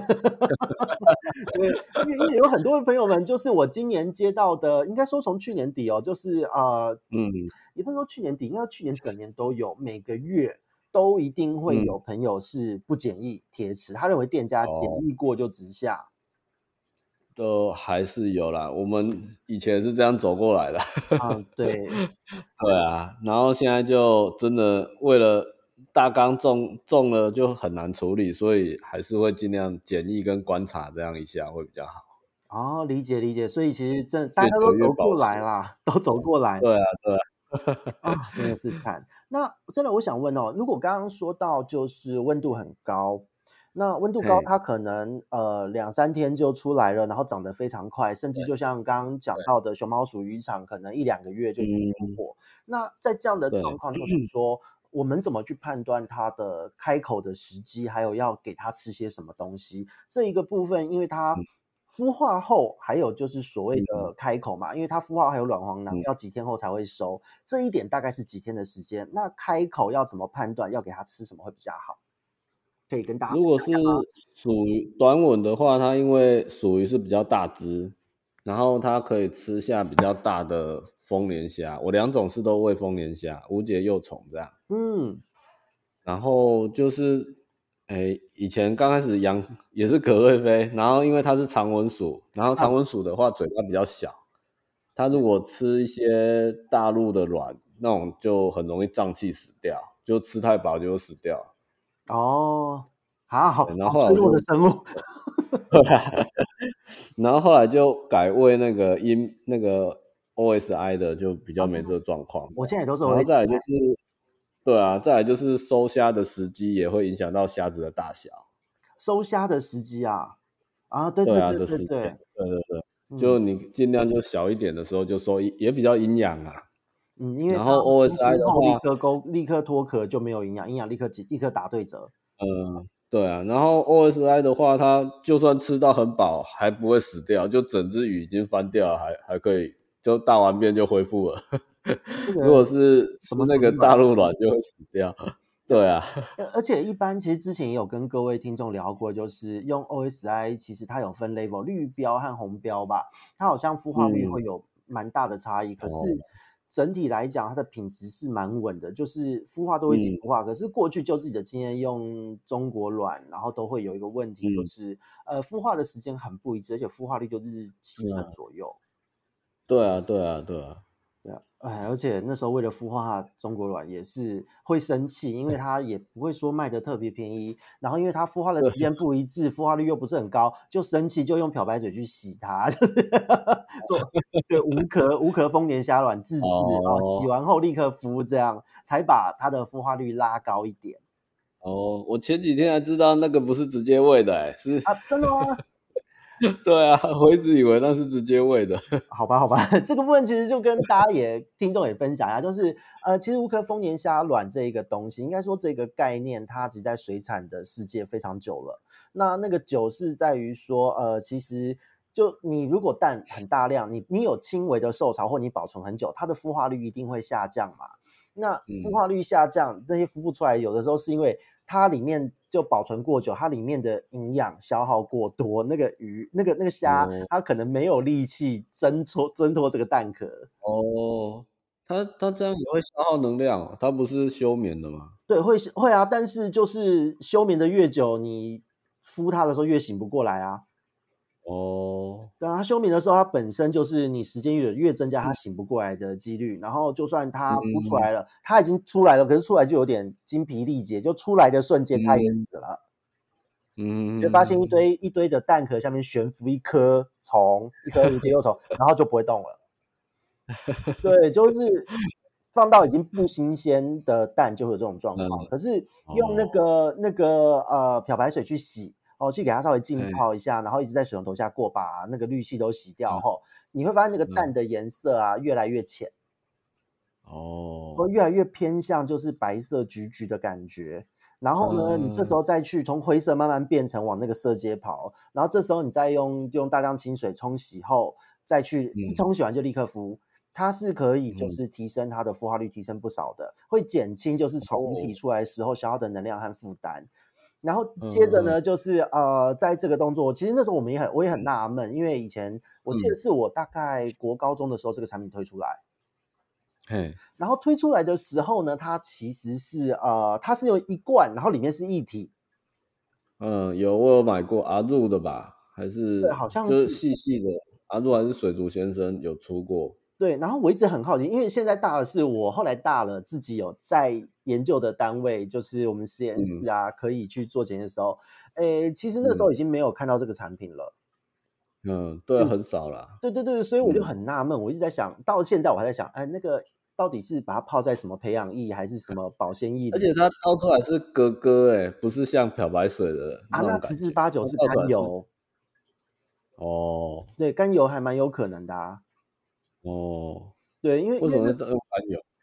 对，因为因为有很多的朋友们，就是我今年接到的，应该说从去年底哦，就是呃， 嗯也不是说去年底，应该去年整年都有，每个月都一定会嗯， 有朋友是不检疫铁齿，他认为店家检哦。 疫过就直下。 都还是有啦，我们以前是这样走过来的。 嗯，对， 对啊，然后现在就真的为了大纲中中了就很难处理，所以还是会尽量检疫跟观察这样一下会比较好， 哦，理解理解，所以其实真大越家都久越保走过来持。 啦，都走过来。 对啊，对啊， 啊，真的是惨。那真的我想问哦，如果刚刚说到就是温度很高，那温度高嘿， 它可能呃两三天就出来了，然后长得非常快，甚至对就像刚刚讲对， 到的熊猫鼠渔场，可能一两个月就已经出嗯， 货。那在这样的对， 状况，就是说我们怎么去判断它的开口的时机，还有要给它吃些什么东西？这一个部分，因为它孵化后，还有就是所谓的开口嘛，因为它孵化还有卵黄囊，要几天后才会收，这一点大概是几天的时间。那开口要怎么判断，要给它吃什么会比较好？可以跟大家如果是属于短吻的话，它因为属于是比较大只，然后它可以吃下比较大的丰年虾。我两种是都喂丰年虾，无节幼虫这样。 嗯， 然后就是，哎，以前刚开始养也是葛瑞菲，然后因为它是长吻属，然后长吻属的话嘴巴比较小，它如果吃一些大陆的卵，那种就很容易胀气死掉，就吃太饱就会死掉。 哦，啊，好然后好脆弱后来我就的生物。 对啊，然后后来就改喂那个音那个 O S I 的，就比较没这个状况。 我现在也都是 O S I。 然后再来就是，对啊，再来就是收虾的时机也会影响到虾子的大小。 收虾的时机啊，啊，对对啊， 对对的时间， 对对， 对对对，就嗯你尽量就小一点的时候就收，也比较营养啊。 嗯，因为它然后孵 O S I 的出后立话， 刻勾立刻脱壳就没有营养，营养立刻立刻打对折。 嗯，对啊，然后 O S I 的话，它就算吃到很饱，还不会死掉，就整只鱼已经翻掉了，还还可以，就大完便就恢复了。如果是吃什么什么卵？ 那个大陆卵就会死掉。对啊， 而而且一般其实之前也有跟各位听众聊过，就是用 O S I， 其实它有分 level， 绿标和红标吧，它好像孵化率会有蛮大的差异。可是整体来讲，它的品质是蛮稳的，就是孵化都会一起孵化。可是过去就自己的经验，用中国卵，然后都会有一个问题，就是呃孵化的时间很不一致，而且孵化率就是七成左右。 对啊，对啊，对啊。 对啊，哎，而且那时候为了孵化中国卵也是会生气，因为它也不会说卖的特别便宜，然后因为它孵化的时间不一致，孵化率又不是很高，就生气就用漂白水去洗它，就是做对无壳无壳丰年虾卵自制哦，洗完后立刻孵，这样才把它的孵化率拉高一点。 哦，我前几天才知道那个不是直接喂的，哎，是啊，真的吗？ 对啊，我一直以为那是直接喂的。 好吧，好吧，这个部分其实就跟大家也听众也分享一下，就是呃，其实无壳丰年虾卵这一个东西，应该说这个概念，它其实在水产的世界非常久了。那那个久是在于说，呃，其实就你如果蛋很大量，你你有轻微的受潮或你保存很久，它的孵化率一定会下降嘛。那孵化率下降，那些孵不出来，有的时候是因为它里面就保存过久，它里面的营养消耗过多，那个鱼、那个那个虾，它可能没有力气挣脱挣脱这个蛋壳。 哦，它它这样也会消耗能量哦，它不是休眠的吗？ 对，会会啊，但是就是休眠的越久，你孵它的时候越醒不过来啊。 哦， 对啊，它休眠的时候，它本身就是你时间越越增加，它醒不过来的几率。然后就算它孵出来了，它已经出来了，可是出来就有点精疲力竭，就出来的瞬间它也死了。 嗯， 你会发现一堆一堆的蛋壳下面悬浮一颗虫，一颗无节幼虫，然后就不会动了。对，就是放到已经不新鲜的蛋就会有这种状况。可是用那个那个呃漂白水去洗。哦，去给它稍微浸泡一下，然后一直在水龙头下过，把那个氯气都洗掉后，你会发现那个蛋的颜色啊越来越浅， 哦， 会越来越偏向就是白色橘橘的感觉。然后呢，你这时候再去从灰色慢慢变成往那个色阶跑，然后这时候你再用用大量清水冲洗后，再去一冲洗完就立刻孵，它是可以就是提升它的孵化率，提升不少的，会减轻就是虫体出来时候消耗的能量和负担。然后接着呢，就是呃，在这个动作，其实那时候我们也很，我也很纳闷，因为以前我记得是我大概国高中的时候，这个产品推出来， 嘿， 然后推出来的时候呢，它其实是呃，它是用一罐，然后里面是液体， 嗯，有我有买过阿入的吧，还是对，好像就是细细的阿入还是水族先生有出过。 对，然后我一直很好奇，因为现在大的是我后来大了，自己有在研究的单位，就是我们实验室啊，可以去做检验的时候，诶，其实那时候已经没有看到这个产品了。 嗯，对，很少啦。 对对对，所以我就很纳闷，我一直在想，到现在我还在想，哎，那个到底是把它泡在什么培养液，还是什么保鲜液？ 而且它倒出来是咯咯，哎，不是像漂白水的啊，那十之那种感觉。 八九是甘油。 哦， 对，甘油还蛮有可能的啊。 哦， 对，因为因为那为什么要用甘油？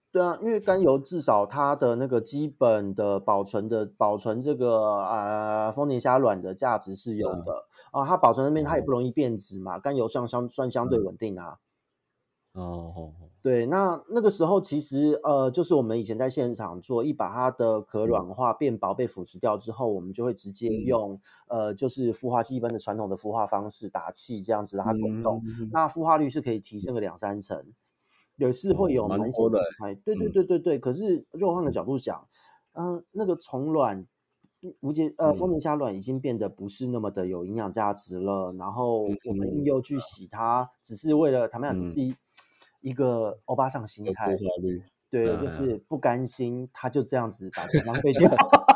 对啊，因为甘油至少它的那个基本的保存的保存这个呃丰年虾卵的价值是有的啊，它保存那边它也哦不容易变质嘛，甘油算相算相对稳定啊。 哦哦哦， 对，那那个时候其实呃，就是我们以前在现场做，一把它的壳嗯软化变薄被腐蚀掉之后，我们就会直接嗯用呃，就是孵化器一般的传统的孵化方式打气这样子让它滚动， 嗯， 那孵化率是可以提升个两三成，也是会哦， 有蛮显蛮多的欸， 著的差异。对对嗯对对对，可是就换个角度讲，嗯、那个虫卵。无节呃，丰嗯年虾卵已经变得不是那么的有营养价值了，然后我们嗯又去洗它，只是为了坦白讲，只嗯， 是一一个欧巴桑心有孵态， 化率， 对，就啊啊， 是不甘心，他就这样子把钱浪费掉，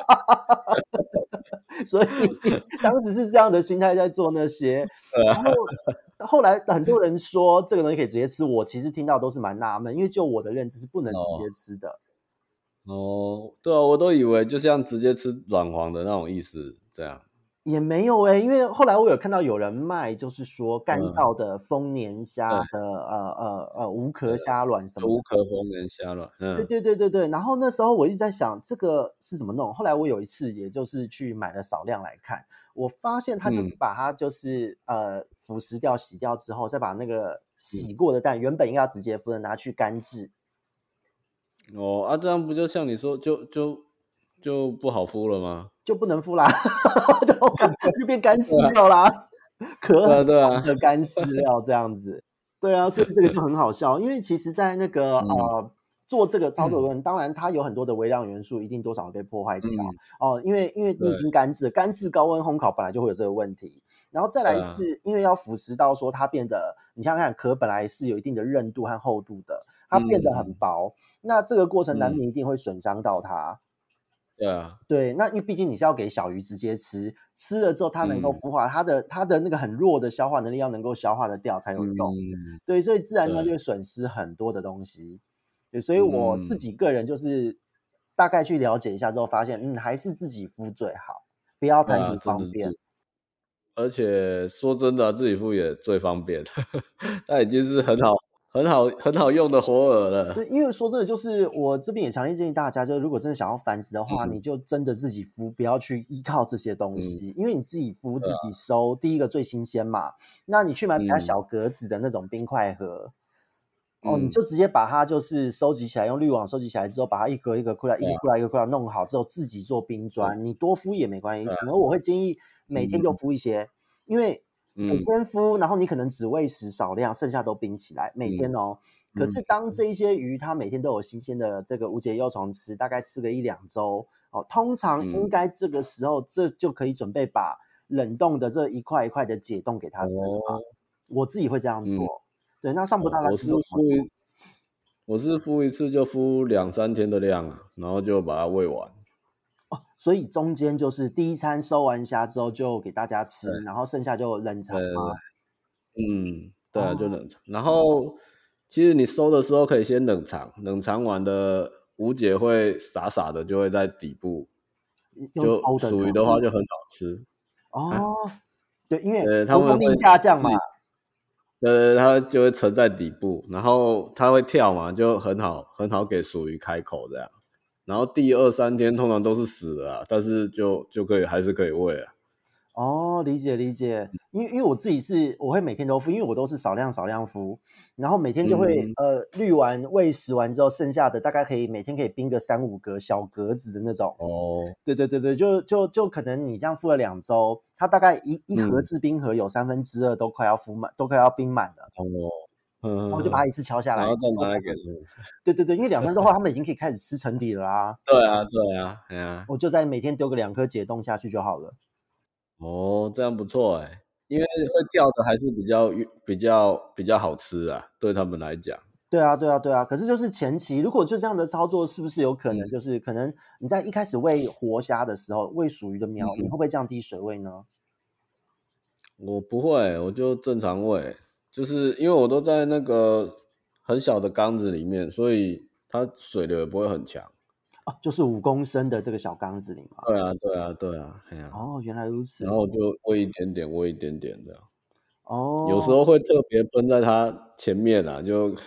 所以当时是这样的心态在做那些， 对啊， 然后后来很多人说这个东西可以直接吃，我其实听到都是蛮纳闷，因为就我的认知是不能直哦接吃的。 哦，对啊，我都以为就像直接吃软黄的那种意思，这样， 也没有诶、因为后来我有看到有人卖，就是说干嗯， 燥的丰年虾对的呃呃呃无对， 壳虾卵什么无的。 壳丰年虾卵， 对嗯对对对对，然后那时候我一直在想这个是怎么弄。后来我有一次也就是去买了少量来看，我发现它就是嗯把它就是呃腐蚀掉、洗掉之后，再把那个嗯， 洗过的蛋，原本应该要直接孵的拿去干制， 哦啊，这样不就像你说，就就就不好孵了吗？ 就不能孵啦，就干就变干饲对啊， 料啦，壳很对啊对啊， 黄的干饲料这样子。对啊，所以这个就很好笑，因为其实在那个嗯呃做这个操作的人，当然它有很多的微量元素，一定多少会被破坏掉嗯， 哦，因为因为你已对经干制，干制高温烘烤本来就会有这个问题，然后再来对啊， 是因为要腐蚀到说它变得，你想想看，壳本来是有一定的韧度和厚度的，它变得很嗯薄，那这个过程难嗯， 免一定会损伤到它。 对啊， 对，那因为毕竟你是要给小鱼直接吃，吃了之后它能够嗯孵化，它的它的那个很弱的消化能力要能够消化得掉才有用。 嗯， 对，所以自然呢就对， 会损失很多的东西。对，所以我自嗯， 己个人就是大概去了解一下之后，发现嗯还是自己孵最好，不要对啊， 贪图方便。 真的是，而且说真的啊自己孵也最方便，它已经是很好很好很好用的活饵对， 了， 因为说真的，就是我这边也强烈建议大家，就是如果真的想要繁殖的话， 嗯你就真的自己孵，不要去依靠这些东嗯， 西，因为你自己孵、 对啊， 自己收，第一个最新鲜嘛。那你去买比较嗯小格子的那种冰块盒，哦，你嗯， 就直接把它就是收集起来，用滤网收集起来之后，把它一个一个库来，一对啊， 个库来一个库来弄好之后，自己做冰对砖。你多孵也没关系， 对啊， 反而我会建议每天就嗯孵一些，因为每嗯天孵，然后你可能只喂食少量，剩下都冰起来，每天嗯哦。可是嗯当这一些鱼它每天都有新鲜的这个无节幼虫吃，大概吃个一两周哦，通常应嗯， 该这个时候这就可以准备把冷冻的这一块一块的解冻给它吃了嘛。 哦， 我自己会这样嗯， 做，对，那上不哦， 大我是其实都怎么做？ 孵一我是孵一次就孵两三天的量啊，然后就把它喂完， 哦，所以中间就是第一餐收完虾之后就给大家吃， 对然后剩下就冷藏对对吗？ 对，嗯，对啊，就哦， 冷藏，然后其实你收的时候可以先冷藏，冷藏完的无解会傻傻的就会在底部， 用就抽的这样。 属于的话就很好吃啊， 哦，对，因为呃，他们会流动性下降嘛。 自己呃，它就会沉在底部，然后它会跳嘛，就很好很好给属于开口这样。然后第二三天通常都是死的啊，但是就就可以还是可以喂啊。 哦，理解理解，因为因为我自己是我会每天都孵，因为我都是少量少量孵，然后每天就会嗯， 呃滤完喂食完之后，剩下的大概可以每天可以冰个三五格小格子的那种。 哦， 对对对对，就就就可能你这样孵了两周，它大概一一盒嗯， 制冰盒有三分之二都快要孵满，都快要冰满了， 哦，嗯然后嗯嗯， 就把它一次敲下来然后再拿来给收盒子。 鹿。 对对对，因为两三周后他们已经可以开始吃成底了啦， 对啊对啊，哎呀， 我就在每天丢个两颗解冻下去就好了。 哦，这样不错哎，因为会跳的还是比较比较比较好吃啊，对他们来讲。 对啊，对啊，对啊。可是就是前期，如果就这样的操作，是不是有可能嗯就是可能你在一开始喂活虾的时候，喂属鱼的苗，你会嗯， 不会降低水位呢？ 我不会，我就正常喂，就是因为我都在那个很小的缸子里面，所以它水流也不会很强。 哦，就是五公升的这个小缸子里嘛。 对啊，对啊，对啊，哎呀， 哦，原来如此。 然后就喂一点点，喂一点点这样。有时哦， 候会特别喷在它前面啊，就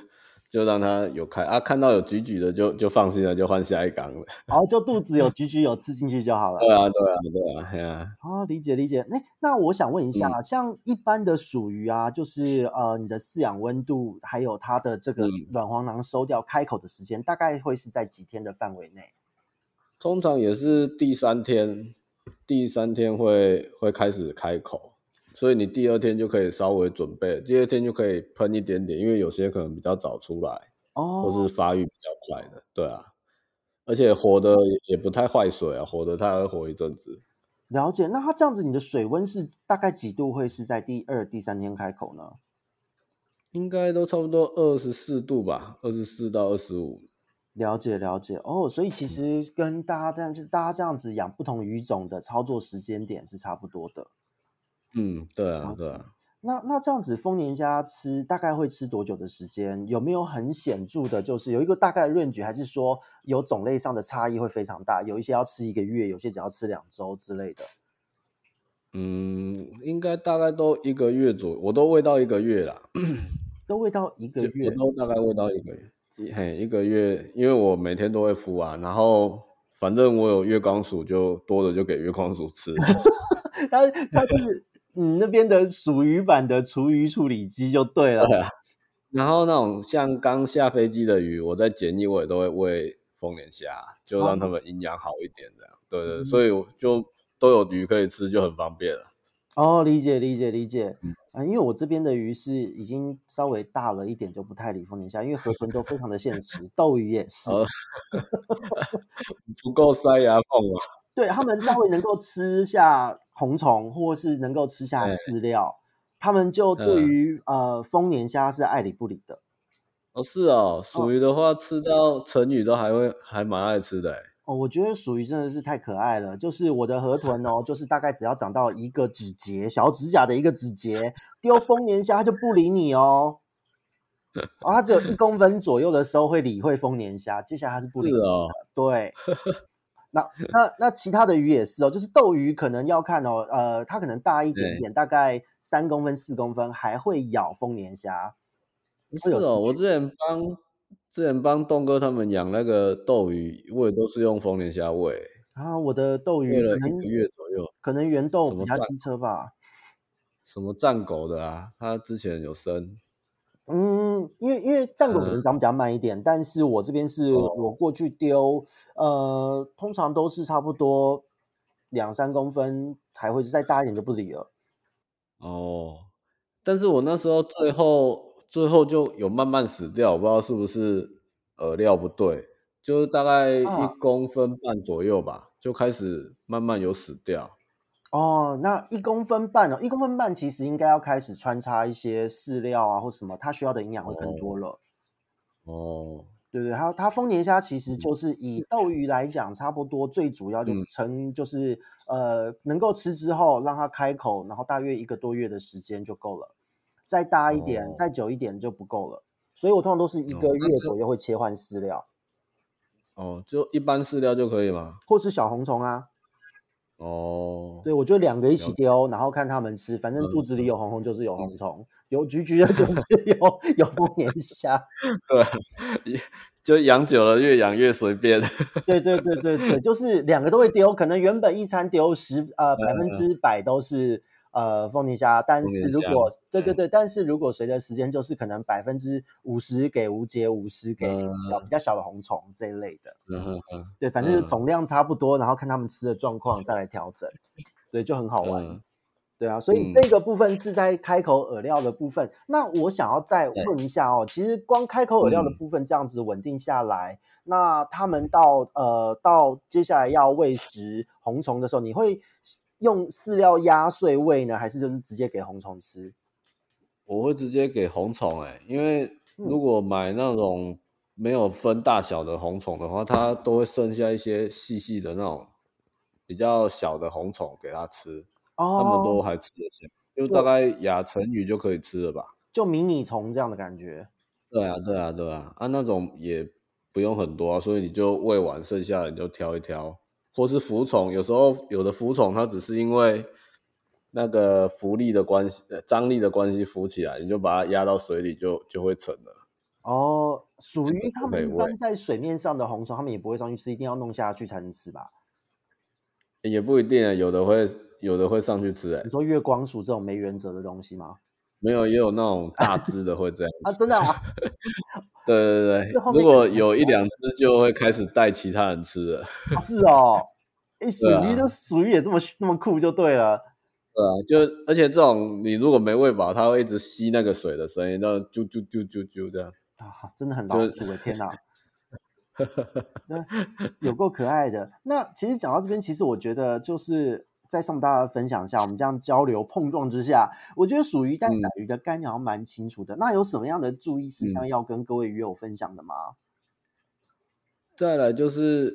就让它有开啊，看到有橘橘的就就放心了，就换下一缸了。 然后就肚子有橘橘有吃进去就好了。 对啊，对啊，对啊，嘿啊。 哦，理解理解。诶，那我想问一下， 嗯像一般的属鱼啊，就是呃，你的饲养温度，还有它的这个嗯， 卵黄囊收掉开口的时间，大概会是在几天的范围内？ 通常也是第三天，第三天会会开始开口，所以你第二天就可以稍微准备，第二天就可以喷一点点，因为有些可能比较早出来，或是哦， 发育比较快的，对啊。而且活的也也不太坏水啊，活的它还会活一阵子。 了解。那它这样子，你的水温是大概几度会是在第二、第三天开口呢？ 应该都差不多二十四度吧，二十四到二十五。 了解了解。哦，所以其实跟大家这样，就大家这样子养不同鱼种的操作时间点是差不多的。 嗯，对啊， 了解。 对啊。 那那这样子，丰年虾吃大概会吃多久的时间？有没有很显著的，就是有一个大概的 range，还是说有种类上的差异会非常大？有一些要吃一个月，有些只要吃两周之类的。 嗯，应该大概都一个月左右，我都喂到一个月啦。 都喂到一个就我月。 都大概喂到一个月，一嘿一个月，因为我每天都会孵啊，然后反正我有月光鼠，就多的就给月光鼠吃。 它它是你那边的属鱼版的厨余处理机就对了。 对啊，然后那种像刚下飞机的鱼，我在检疫我也都会喂丰年虾，就让它哦， 们营养好一点这样。对对，所嗯， 以我就都有鱼可以吃，就很方便了。 哦，理解理解理解。 嗯， 啊，因为我这边的鱼是已经稍微大了一点，就不太理丰年虾，因为河豚都非常的现实，斗鱼也是。 呃，不够塞牙缝啊。 对，他们稍微能够吃下红虫，或是能够吃下哎， 饲料，他们就对嗯， 于呃丰年虾是爱理不理的。 哦是哦， 嗯， 属鱼的话吃到成语都还会还蛮爱吃的欸。 哦，我觉得属于真的是太可爱了。就是我的河豚哦，就是大概只要长到一个指节，小指甲的一个指节，丢丰年虾它就不理你哦。哦，它只有一公分左右的时候会理会丰年虾，接下来它是不理你是哦， 的。对。那那那其他的鱼也是哦，就是斗鱼可能要看哦，呃，它可能大一点对。 点，大概三公分、四公分，还会咬丰年虾，会是哦，我有出去。 之前帮之前帮栋哥他们养那个斗鱼，我也都是用丰年虾喂， 然后我的斗鱼喂了一个可能月左右。 可能原豆什么战比较机车吧。 什么战狗的啊，他之前有生。 嗯，因为因为战狗可嗯， 能长比较慢一点，但是我这边是哦我过去丢，呃，通常都是差不多两三公分，还会再大一点就不理了。 哦，但是我那时候最后最后就有慢慢死掉，我不知道是不是饵料不对，就是大概一啊。 公分半左右吧，就开始慢慢有死掉。 哦，那一公分半哦一公分半其实应该要开始穿插一些饲料啊或什么，它需要的营养会更多哦了。 哦， 对对，它它丰年虾其实嗯就是以斗鱼来讲，差不多最主要就是嗯， 撑，就是呃能够吃之后让它开口，然后大约一个多月的时间就够了。再大一点， 哦再久一点就不够了。所以我通常都是一个哦，那就月左右会切换饲料， 哦，就一般饲料就可以吗？ 或是小红虫啊。 哦， 对，我就两个一起了解。 丢，然后看它们吃，反嗯正肚子里嗯有红红就是有红嗯， 虫，有橘橘的就是有有丰年虾。 对啊，也就养久了越养越随便。 对对对对对，就是两个都会丢，可能原本一餐丢十呃百分嗯， 之百都是呃凤梨虾，但丰年虾， 是如果对对哎， 对，但是如果随着时间，就是可能百分之五十给无节，五十给小比嗯较小的红虫这一类的。 嗯哼哼， 对，反正嗯总量差不多，然后看他们吃的状况再来调整，对，就很好玩。 嗯对啊，所以这嗯， 个部分是在开口饵料的部分。那我想要再对， 问一下哦，其实光开口饵料的嗯， 部分这样子稳定下来，那他们到呃到接下来要喂食红虫的时候，你会用饲料压碎喂呢，还是就是直接给红虫吃？ 我会直接给红虫哎，因为嗯， 如果买那种没有分大小的红虫的话，它都会剩下一些细细的那种比较小的红虫给它吃，它们哦， 都还吃得下，就大就概亚成鱼就可以吃了吧。 就迷你虫这样的感觉。 对啊，对啊，对啊，啊，那种也不用很多啊，所以你就喂完，剩下的你就挑一挑，或是浮虫，有时候有的浮虫它只是因为那个浮力的关系、呃张力的关系浮起来，你就把它压到水里就就会沉了。 哦，属于他们一可以喂， 般在水面上的红虫，他们也不会上去吃，一定要弄下去才能吃吧？ 也不一定啊，有的会有的会上去吃、欸， 你说月光鼠这种没原则的东西吗？ 没有，也有那种大只的会这样啊， 子。 真的啊？ 对对对， 这后面可能如果有一两只就会开始带其他人吃了。 啊是哦，诶， 对属于的啊， 属于也这么那么酷就对了。 对啊，就而且这种你如果没喂饱，它会一直吸那个水的声音，那啾啾啾啾啾这样， 啊，真的很就老鼠诶，天哪！那有够可爱的。那其实讲到这边，其实我觉得就是在上大家分享一下，我们这样交流碰撞之下，我觉得属于带嗯仔鱼的概念好像蛮清楚的。那有什么样的注意事项嗯。 要跟各位鱼友分享的吗？ 再来就是，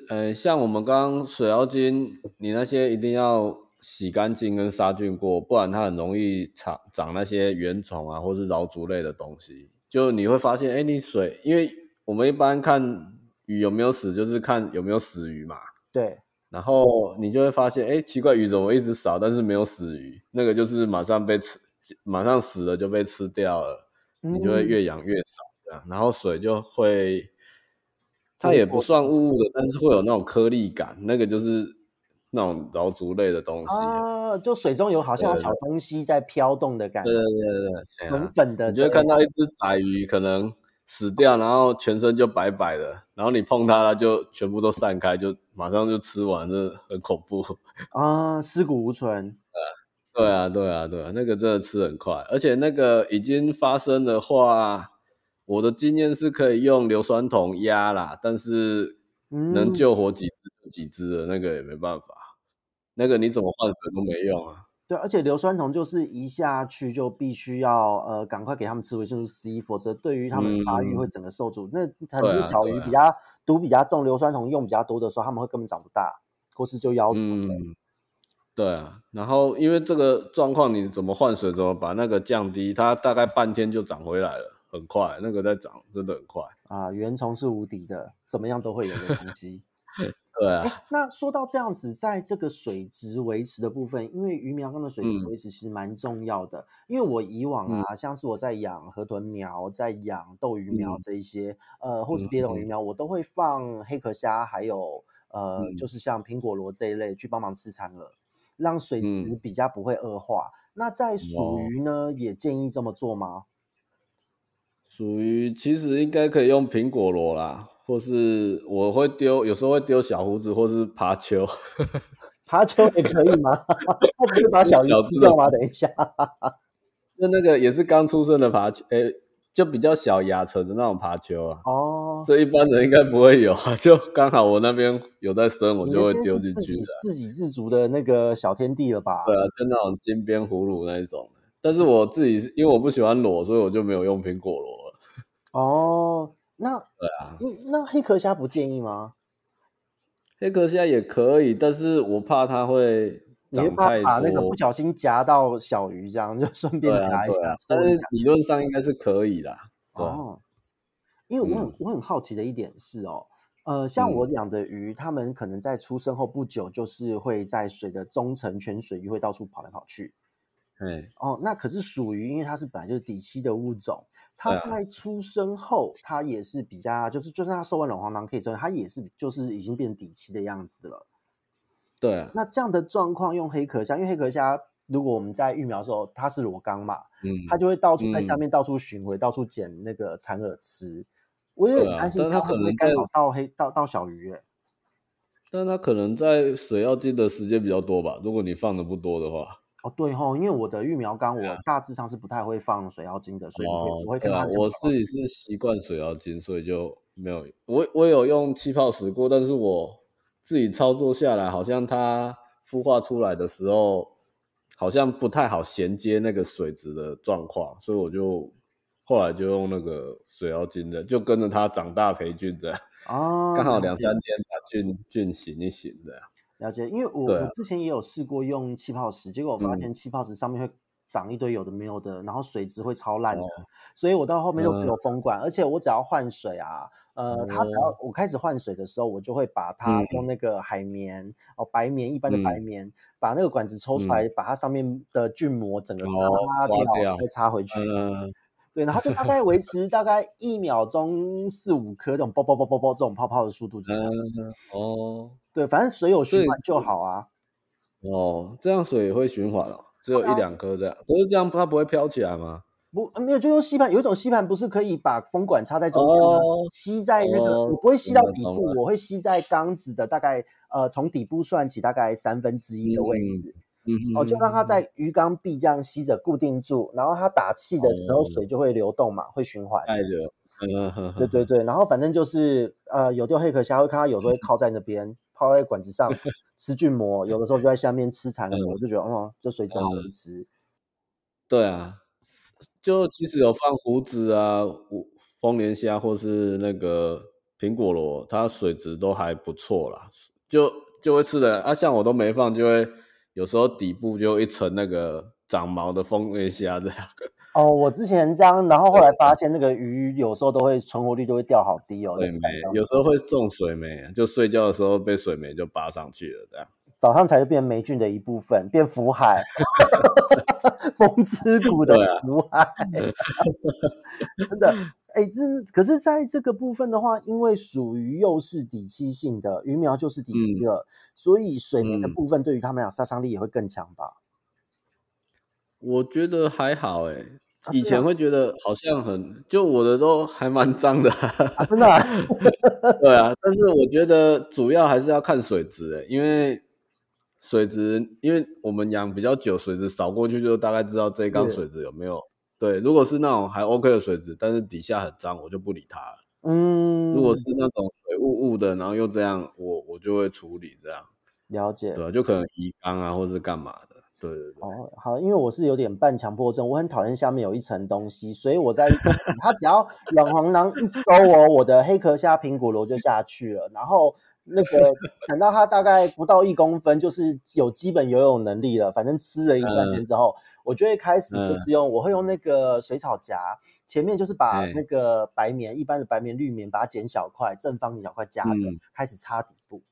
呃，像我们刚刚水妖精，你那些一定要洗干净跟杀菌过，不然它很容易长长那些原虫啊，或是螯足类的东西。就你会发现，哎，你水，因为我们一般看鱼有没有死，就是看有没有死鱼嘛。 对， 然后你就会发现，哎，奇怪，鱼怎么一直少，但是没有死鱼？那个就是马上被吃，马上死了就被吃掉了，你就会嗯， 越养越少，这样，然后水就会。它浊也不浊的算雾雾的，但是会有那种颗粒感，那个就是那种螯足类的东西啊。 啊，就水中有好像有小对对对东西在飘动的感觉， 对对对对，对啊， 粉粉的你就会这样。 看到一只仔鱼可能死掉，然后全身就白白的，然后你碰它，它就全部都散开，就马上就吃完，真的很恐怖。 啊，尸骨无存。 对啊，对啊，对啊，那个真的吃很快，而且那个已经发生的话，我的经验是可以用硫酸桶压啦，但是能嗯， 救活几只就几只的，那个也没办法，那个你怎么换水都没用啊。 对，而且硫酸铜就是一下去就必须要呃赶快给他们吃维生素 C，否则对于他们发育会嗯， 整个受阻。那很多对啊，对啊， 小鱼比较毒比较重，硫酸铜用比较多的时候，他们会根本长不大，或是就夭折。 嗯，对啊，然后因为这个状况，你怎么换水，怎么把那个降低，它大概半天就长回来了，很快，那个在长真的很快。 啊，原虫是无敌的，怎么样都会有的东西。 对啊， 哎，那说到这样子，在这个水质维持的部分，因为鱼苗缸的水质嗯维持其实蛮重要的。因为我以往嗯啊，像是我在养河豚苗、在养斗鱼苗嗯这一些，呃，或是嗯嗯别种鱼苗，我都会放黑壳虾，还有呃，就嗯是像苹果螺这一类去帮忙吃残饵，让水质嗯， 比较不会恶化。那在属哦。 鱼呢，也建议这么做吗？ 属于其实应该可以用苹果螺啦，或是我会丢，有时候会丢小胡子或是爬球， 爬球也可以吗？它不会把就是小鱼小只的爬， 吃掉吗？等一下。 就那个也是刚出生的爬球，诶、就比较小亚成的那种爬球啊， 哦， 这一般人应该不会有啊，就刚好我那边有在生，我你那就会边是自丢进去的。 给自给自足的那个小天地了吧？ 对啊，就那种金边葫芦那一种的。但是我自己是因为我不喜欢裸，所以我就没有用苹果螺了。 哦，那对啊， 嗯那黑壳虾不建议吗？ 黑壳虾也可以，但是我怕它会你会长太怕把那个不多。 小心夹到小鱼，这样就顺便对啊， 夹一下、 对啊，但是搓一下。 理论上应该是可以啦，对啊， 哦，因为我很嗯我很好奇的一点是哦，呃，像我嗯， 养的鱼，它们可能在出生后不久，就是会在水的中层全水域会到处跑来跑去。 嘿， 哦，那可是属于，因为它是本来就是底栖的物种，它对啊， 在出生后，它也是比较，就是就算它受完卵黄囊可以生，它也是就是已经变底栖的样子了。 对啊， 那这样的状况用黑壳虾，因为黑壳虾如果我们在育苗的时候，它是裸缸嘛，它嗯就会到处在下嗯， 面到处巡回，到处捡那个残饵吃。我有对啊， 点担心但是它它会不会可能在， 干扰到黑到到小鱼、欸？ 但是它可能在水要浸的时间比较多吧，如果你放的不多的话。 哦，对吼，因为我的育苗缸我大致上是不太会放水妖精的，所以我会哦， 我会看对啊， 到它这样我自己是习惯水妖精，所以就没有，我我有用气泡石过，但是我自己操作下来，好像它孵化出来的时候，好像不太好衔接那个水质的状况，所以我就后来就用那个水妖精的，就跟着它长大培菌的， 哦， 刚好了解。 两三天把菌菌醒一醒的。 了解，因为我对啊， 我之前也有试过用气泡石，结果我发嗯， 现气泡石上面会长一堆有的没有的，然后水质会超烂的， 哦， 所以我到后面就只嗯， 有封管，而且我只要换水啊，呃，它只哦， 要我开始换水的时候，我就会把它嗯用那个海绵哦白棉一般的白嗯棉，把那个管子抽出嗯， 来，把它上面的菌膜整个哦， 擦掉， 刮掉， 再插回去。 嗯。 对，然后就大概维持大概一秒钟四五颗这种啵啵啵啵啵这种泡泡的速度之类。 嗯，哦， 对，反正水有循对， 环就好啊。 哦，这样水也会循环哦，只有一会啊， 两颗这样，可是这样它不会飘起来吗？ 不没有就用吸盘，有一种吸盘不是可以把风管插在中间吗？ 哦， 吸在那个我哦， 不会吸到懂了底部， 懂了， 我会吸在缸子的大概呃从底部算起大概三分之一的位嗯， 置。 嗯哦，就让它哼， 在鱼缸壁这样吸着固定住，然后它打气的时候哦， 水就会流动嘛，会循环。 带着，嗯哼哼哼， 对对对，然后反正就是呃有钓黑壳虾会看它有时候会靠在那边，泡在管子上吃菌膜，有的时候就在下面吃残嗯蛾，就觉得哦这水质好维嗯， 持。 对啊，就即使有放胡子啊、五丰年虾或是那个苹果螺，它水质都还不错啦，就就会吃的啊，像我都没放，就会有时候底部就一层那个长毛的丰年虾这样。 哦，我之前这样，然后后来发现那个鱼有时候都会存活率都会掉好低哦，就水霉， 不敢这样有时候会中水霉，就睡觉的时候被水霉就扒上去了这样。 早上才就变霉菌的一部分，变福海，风之谷的对啊， 福海。真的，哎，这可是在这个部分的话，因为属于又是底栖性的鱼苗就是底栖嗯了，所以水霉的嗯， 部分对于他们俩杀伤力也会更强吧？ 我觉得还好诶， 啊， 以是啊， 前会觉得好像很就我的都还蛮脏的。 啊，真的啊， 对啊，但是我觉得主要还是要看水质诶，因为水质，因为我们养比较久，水质扫过去就大概知道这一缸是， 水质有没有。对，如果是那种还 OK 的水质，但是底下很脏，我就不理它了。如果是嗯， 那种水雾雾的，然后又这样，我我就会处理这样。 了解。 对啊，就可能移缸啊，或是干嘛的。对对对， 哦，好，因为我是有点半强迫症，我很讨厌下面有一层东西，所以我在一开始，它只要养黄囊一收哦，我的黑壳虾苹果螺就下去了，然后那个等到它大概不到一公分，就是有基本游泳能力了，反正吃了一段时嗯间之后，我就会开始就嗯， 是用，我会用那个水草夹，前面就是把哎， 那个白棉，一般的白棉、绿棉，把它剪小块，正方形小块夹着， 嗯， 开始擦底部。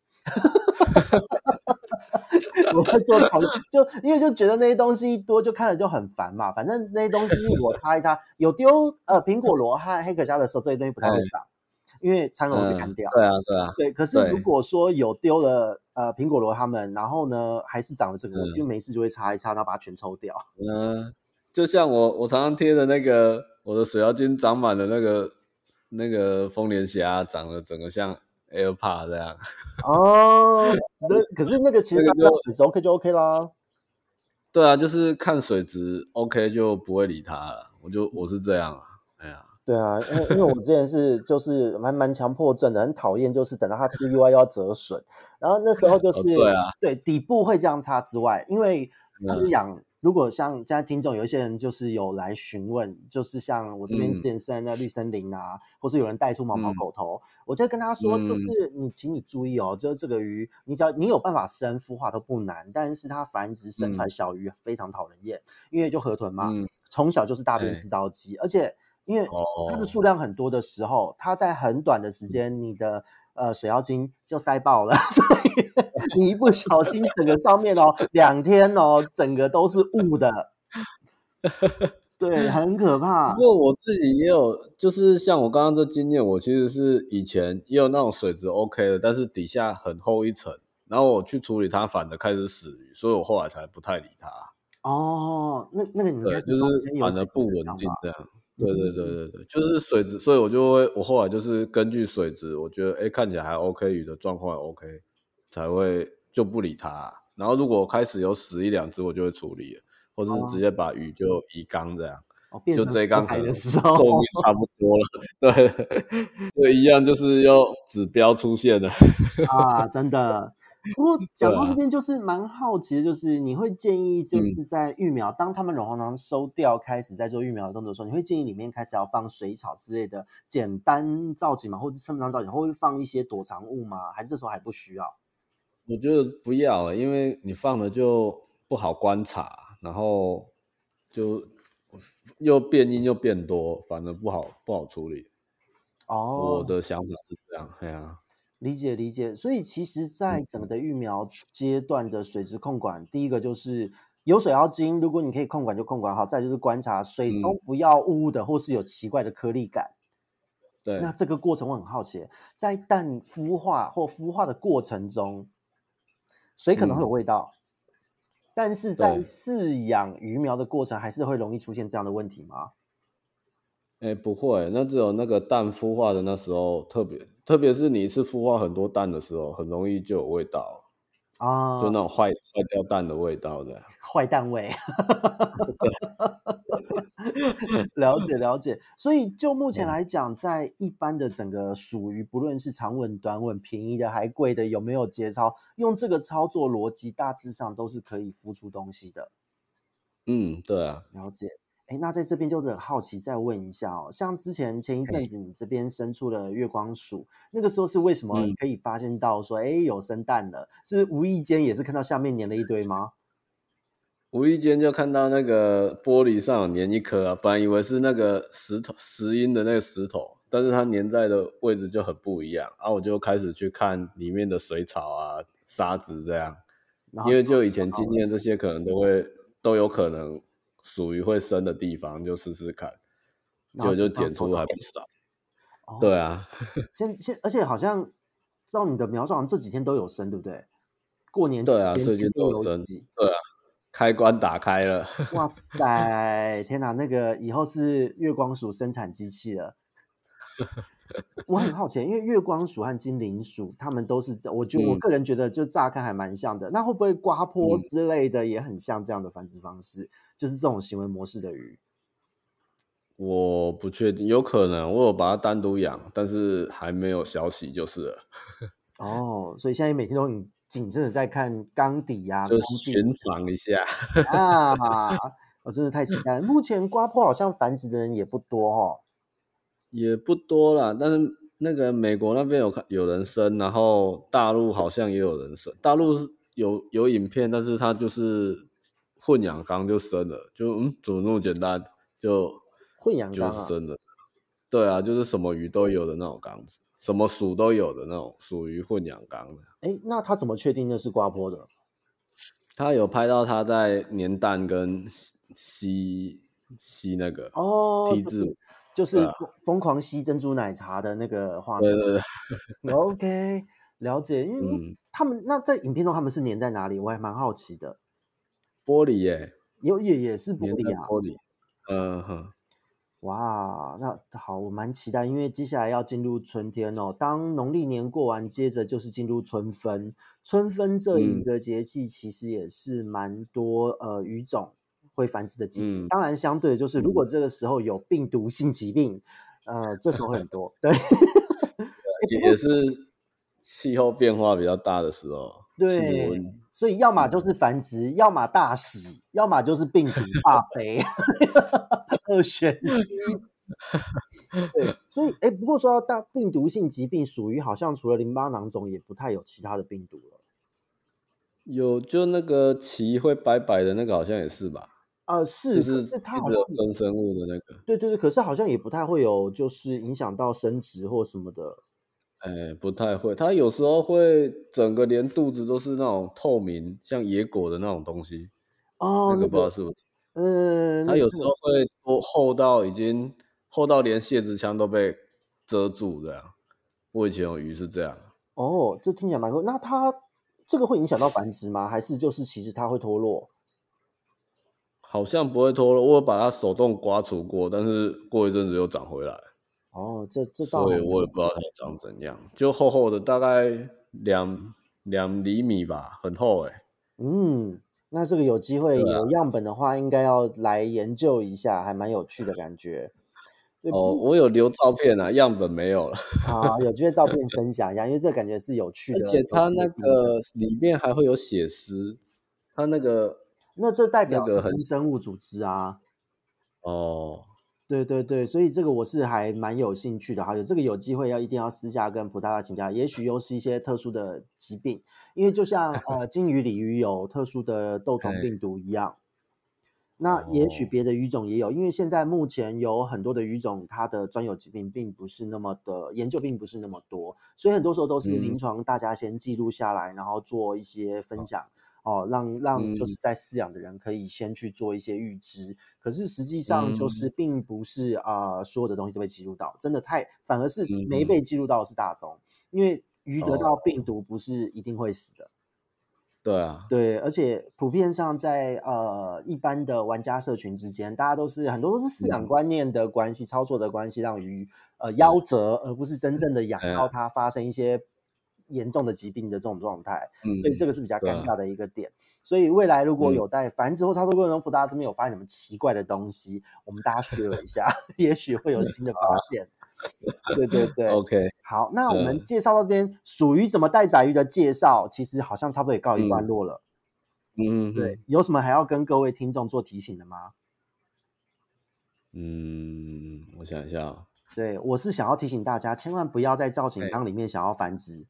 我会做同，就因为就觉得那些东西一多，就看了就很烦嘛。反正那些东西我擦一擦，有丢呃苹果螺和黑壳虾的时候，这些东西不太会哎， 长，因为残蛾会被嗯， 干掉。 对啊对啊， 对，可是如对， 果说有丢了呃苹果螺它们，然后呢还是长了这个，我就嗯没事就会擦一擦，然后把它全抽掉。 嗯，就像我我常常贴的那个我的水妖精长满了那个那个丰年虾，长得整个像 AirPod 这样。 哦，那可是那个其实它那个就只要水质 OK 就 OK 啦。 对啊，就是看水质 OK 就不会理它了，我就我是这样啊，哎呀， 对啊，因为因为我之前是就是蛮蛮强迫症的，很讨厌就是等到它出意外又要折损，然后那时候就哦， 是对啊， 对底部会这样擦之外，因为他们嗯养如果像现在听众有一些人就是有来询问，就是像我这边之嗯前是在那绿森林啊，或是有人带出毛毛嗯狗头，我就跟他说，就嗯是你请你注意哦，就是这个鱼，你只要你有办法生孵化都不难，但是它繁殖生出来嗯小鱼非常讨人厌，因为就河豚嘛， 嗯， 从小就是大便哎， 制造机，而且因为它的数哦， 量很多的时候，它在很短的时间，你的呃水妖精就塞爆了，所以你一不小心，整个上面哦，两天哦，整个都是雾的，对，很可怕。 不过我自己也有，就是像我刚刚这经验，我其实是以前也有那种水质 OK 的，但是底下很厚一层，然后我去处理它，反而开始死鱼，所以我后来才不太理它。 哦，那那个你应该对，就是是中间有反而水质不稳的样吧？ 定这样。对对对嗯， 对对，就是水质，所以我就会，我后来就是根据水质，我觉得哎看起来还 OK，鱼的状况也 OK，才会就不理它。然后如果开始有死一两只，我就会处理了，或是直哦接把鱼就移缸这样， 哦，变就成福海这一缸可能的时候， 寿命差不多了。对，就一样，就是又指标出现了。 啊，真的。不过讲对啊， 到这边就是蛮好奇的，就是你会建议就嗯是在育苗，当他们绒黄囊收掉，开始在做育苗的动作的时候，你会建议里面开始要放水草之类的简单造景吗？或者是称不上造景，或会放一些躲藏物吗？还是这时候还不需要？ 我觉得不要了，因为你放了就不好观察，然后就又变音又变多，反而不好不好处理。我哦， 的想法是这样，哎呀， 理解理解，所以其实在整个嗯的育苗阶段的水质控管，第一个就是有水要精，如果你可以控管就控管好，再就是观察水中不要雾雾的，或是有奇怪的颗粒感。 对， 那这个过程我很好奇，在蛋孵化或孵化的过程中，水可能会有味道，嗯、但是在饲养鱼苗的过程，还是会容易出现这样的问题吗？ 哎，不会，那只有那个蛋孵化的那时候特别，特别是你一次孵化很多蛋的时候，很容易就有味道啊，就那种坏坏掉蛋的味道的， 坏蛋味。了解了解，所以就目前来讲，在一般的整个属于不论是长吻、短吻，便宜的还贵的，有没有节操，用这个操作逻辑，大致上都是可以孵出东西的。 嗯，对啊， 了解。哎，那在这边就很好奇，再问一下哦，像之前前一阵子你这边生出了月光鼠，那个时候是为什么可以发现到说，哎、嗯，有生蛋了？是无意间也是看到下面粘了一堆吗？ 无意间就看到那个玻璃上有粘一颗啊，本来以为是那个石头石英的那个石头，但是它粘在的位置就很不一样，然后我就开始去看里面的水草啊、沙子这样，因为就以前经验，这些可能都会都有可能属于会生的地方，就试试看，结果就检出还不少。哦、对啊， 现现而且好像照你的描述，好像这几天都有生，对不对？过年期对啊，最近都有生，对啊。开关打开了， 哇塞！天哪，那个以后是月光鼠生产机器了。我很好奇，因为月光鼠和精灵鼠，它们都是，我觉得、嗯、我个人觉得就乍看还蛮像的。那会不会刮波之类的也很像这样的繁殖方式？嗯、就是这种行为模式的鱼？ 我不确定，有可能我有把它单独养，但是还没有消息就是了。 哦，所以现在每天都很谨慎的在看缸底呀、啊， 就巡访一下啊！我真的太期待了。目前刮波好像繁殖的人也不多哦， 也不多啦。但是那个美国那边有看有人生，然后大陆好像也有人生。大陆是有有影片，但是它就是混养缸就生了，就嗯，怎么那么简单？就混养缸啊，就生了。对啊，就是什么鱼都有的那种缸子，什么鼠都有的那种，属于混养缸的。 哎，那他怎么确定那是刮波的？ 他有拍到他在粘蛋跟吸吸那个哦， T 字， 就是疯狂吸珍珠奶茶的那个画面。对对对。OK， 了解。嗯，他们那在影片中他们是粘在哪里？我还蛮好奇的。 玻璃耶、欸， 有也也是玻璃啊。 玻璃。嗯哼。 哇，那好，我蛮期待，因为接下来要进入春天哦。当农历年过完，接着就是进入春分。春分这一个节气，其实也是蛮多、嗯、呃鱼种会繁殖的季节。嗯、当然，相对的就是，如果这个时候有病毒性疾病，呃，这时候很多。对， 也也是气候变化比较大的时候。 对，所以要么就是繁殖，嗯、要么大喜，要么就是病毒大悲，二选一。对，所以哎，不过说到大病毒性疾病，属于好像除了淋巴囊肿，也不太有其他的病毒了。 有，就那个鳍会白白的那个，好像也是吧？ 呃，是， 就是是它好像增生物的那个。 对对对，可是好像也不太会有，就是影响到生殖或什么的。 哎，不太会，它有时候会整个连肚子都是那种透明，像野果的那种东西。 哦， 那个不知道是不是？ 嗯， 它有时候会多厚到已经厚到连泄殖腔都被遮住这样。我以前有鱼是这样。 哦，这听起来蛮酷。那它这个会影响到繁殖吗？还是就是其实它会脱落？ 好像不会脱落，我有把它手动刮除过，但是过一阵子又长回来。 哦，这这倒所以我也不知道它长怎样，就厚厚的，大概两两厘米吧，很厚哎、欸。 嗯，那这个有机会有样本的话，应该要来研究一下，还蛮有趣的感觉。 哦，我有留照片啊，样本没有了。 啊，有机会照片分享一下，因为这感觉是有趣的。 而且它那个里面还会有血丝，它那个那这代表是很生物组织啊。 哦， 对对对，所以这个我是还蛮有兴趣的哈，有这个有机会要一定要私下跟普大大请教，也许又是一些特殊的疾病，因为就像呃金鱼、鲤鱼有特殊的豆虫病毒一样，那也许别的鱼种也有，因为现在目前有很多的鱼种，它的专有疾病并不是那么的研究，并不是那么多，所以很多时候都是临床大家先记录下来，然后做一些分享。 哦，让让就嗯是在饲养的人可以先去做一些预知。可是实际上就是嗯并不是啊、呃所有的东西都被记录到，真的太反而是嗯没被记录到的是大宗，因为鱼得到病哦， 毒不是一定会死的。 对啊， 对，而且普遍上在呃一般的玩家社群之间，大家都是很多都是饲养嗯， 观念的关系、操作的关系，让鱼呃对， 夭折，而不是真正的养哎， 到它发生一些严重的疾病的这种状态，所以这嗯， 个是比较对啊， 尴尬的一个点。所以未来如果嗯， 有在繁殖或操作过程中，大家这边有发现什么奇怪的东西，我们大家 share 一下，也许会有新的发现。对对对。 OK， 好，那我们嗯介绍到这边，属于怎么带仔鱼的介绍，其实好像差不多也告一段嗯落了。对， 嗯嗯有什么还要跟各位听众做提醒的吗？ 嗯，我想一下哦， 对，我是想要提醒大家，千万不要在造景哎， 缸里面想要繁殖。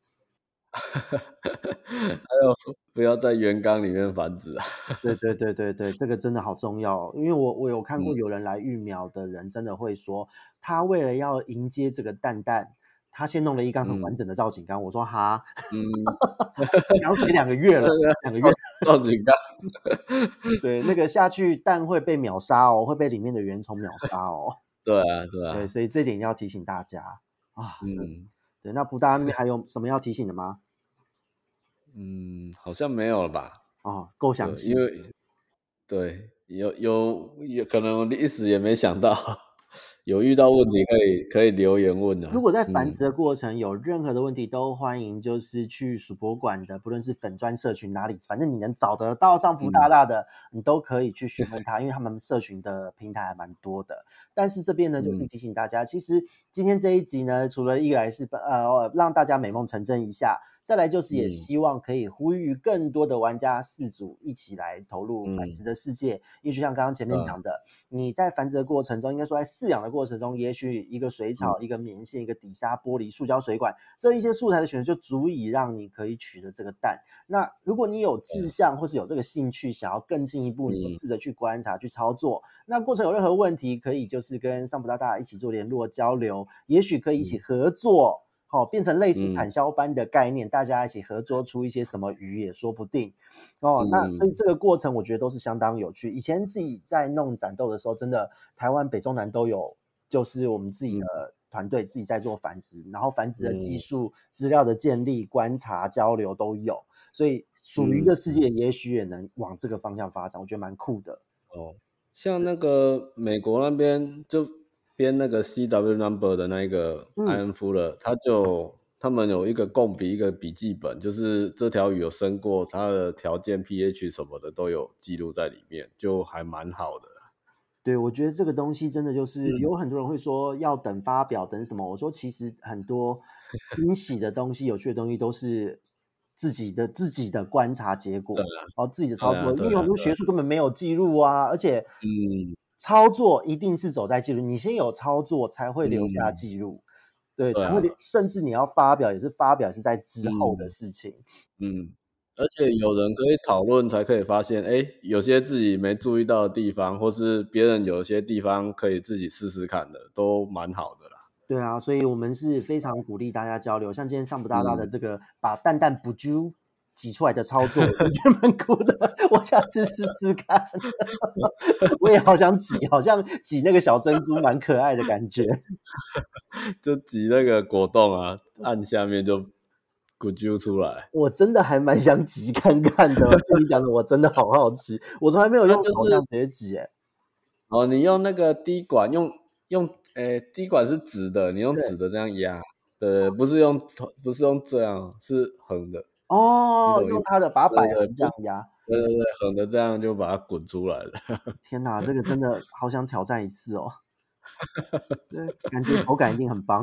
还有不要在原缸里面繁殖啊， 对对对对对，这个真的好重要哦，因为我我有看过嗯有人来育苗的人，真的会说，他为了要迎接这个蛋蛋，他先弄了一缸很完嗯整的造景缸。我说哈， 嗯， 刚才两个月了，两个月， 造造景缸， 对，那个下去蛋会被秒杀哦，会被里面的原虫秒杀哦。 对啊对对， 啊， 所以这点要提醒大家啊。这嗯对，那布达那边还有什么要提醒的吗？ 嗯，好像没有了吧？ 哦，够详对，因细。 为对，有有有可能我一时也没想到，有遇到问题可以可以留言问啊。 如果在繁嗯殖的过程有任何的问题，都欢迎就是去鼠博馆的，不论是粉专社群哪里，反正你能找得到上福大嗯大的，你都可以去询问他，因为他们社群的平台还蛮多的。但是这边呢，就是嗯提醒大家，其实今天这一集呢，除了一来是呃让大家美梦成真一下，再来就是也嗯希望可以呼吁更多的玩家饲主一起来投入繁殖嗯， 的世界，因为就像刚刚前面啊讲的。你在繁殖的过程中，应该说在饲养的过程中，也许一个水草、 嗯一个棉线、一个底沙玻璃、塑胶水管，这一些素材的选择就足以让你可以取得这个蛋。那如果你有志向或是有这个兴趣，想要更进一步，你就嗯试着去观察、去操作。那过程有任何问题，可以就是跟上普大大一起做联络交流，也许可以一起嗯合作。好、哦，变成类似产嗯销班的概念，大家一起合作出一些什么鱼也说不定。哦，那所以嗯这个过程我觉得都是相当有趣。以前自己在弄展斗的时候，真的台湾北中南都有，就是我们自己嗯的团队自己在做繁殖，然后繁殖的技嗯术、资料的建立、观察、交流都有，所以属于一嗯个世界，也许也能往这个方向发展，我觉得蛮酷的。 哦，像那个美国那边就编那个 C W number 的那一个埃嗯， 恩夫勒，他就他们有一个共笔一个笔记本，就是这条鱼有生过，它的条件 pH 什么的都有记录在里面，就还蛮好的。 对，我觉得这个东西真的就是嗯有很多人会说要等发表等什么，我说其实很多惊喜的东西、有趣的东西都是自己的自己的观察结果， 对啊， 然后自己的操对啊， 作，因为有很多对啊，对啊， 学术根本没有记录啊，而且嗯操作一定是走在记录，你先有操作才会留下嗯， 记录，对， 对啊， 才会留，甚至你要发表也是发表是在之后的嗯事情。 嗯，而且有人可以讨论，才可以发现，哎，有些自己没注意到的地方，或是别人有些地方可以自己试试看的，都蛮好的啦。 对啊，所以我们是非常鼓励大家交流，像今天上不大大的嗯， 这个把蛋蛋补揪挤出来的操作，我觉得蛮酷的，我下次试试看。我也好想挤，好像挤那个小珍珠，蛮可爱的感觉。 就挤那个果冻啊，按下面就咕啾出来。 我真的还蛮想挤看看的，听你讲的我真的好好奇，我从来没有它就是用手这样直接挤，哎， 哦，你用那个滴管，用用诶，滴管是直的，你用对， 直的这样压，对，不是用不是用这样，是横的，你哦， 懂意思？ 用它的把它摆对对， 横这不是， 样压， 对对对，横的这样就把它滚出来了。 天哪，这个真的好想挑战一次哦，对，感觉口感一定很棒。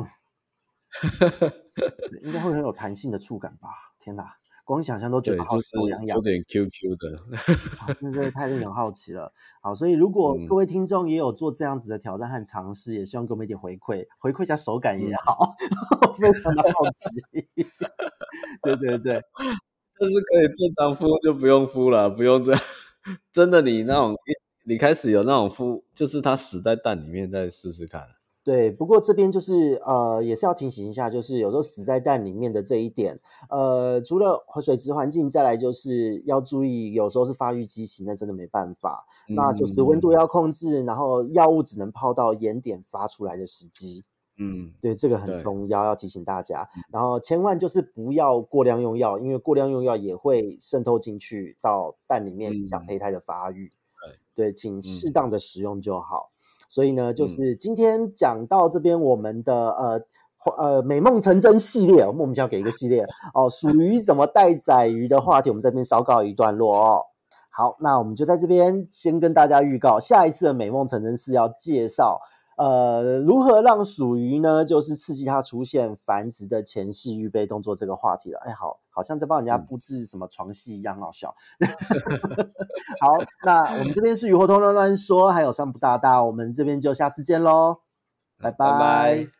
应该会很有弹性的触感吧？天哪，光想象都觉得对， 好就是手痒痒有点 Q Q 的。 啊！那真的太令人好奇了。好，所以如果各嗯位听众也有做这样子的挑战和尝试，也希望给我们一点回馈，回馈一下手感也嗯， 好，非常的好奇。对对对， 但是可以正常孵就不用孵了，不用这样。真的，你那种你开始有那种孵，就是它死在蛋里面，再试试看。 对，不过这边就是呃，也是要提醒一下，就是有时候死在蛋里面的这一点，呃，除了水质环境，再来就是要注意，有时候是发育畸形，那真的没办法。 嗯， 那就是温度要控制，然后药物只能泡到眼点发出来的时机。 嗯， 对，这个很对重要，要提醒大家。然后千万就是不要过量用药，因为过量用药也会渗透进去到蛋里面，影响嗯胚胎的发育。 对， 对，请适嗯当的使用就好。所以呢，就嗯是今天讲到这边，我们的呃呃美梦成真系列，莫名其妙给一个系列哦，属于怎么带仔鱼的话题，我们这边稍告一段落哦。好，那我们就在这边先跟大家预告，下一次的美梦成真是要介绍呃如何让属鱼呢，就是刺激它出现繁殖的前戏预备动作这个话题了。哎，好，好像在帮人家布置什么床戏一样，好笑。好，那我们这边是鱼活通乱乱说，还有三不大大，我们这边就下次见喽，拜拜拜。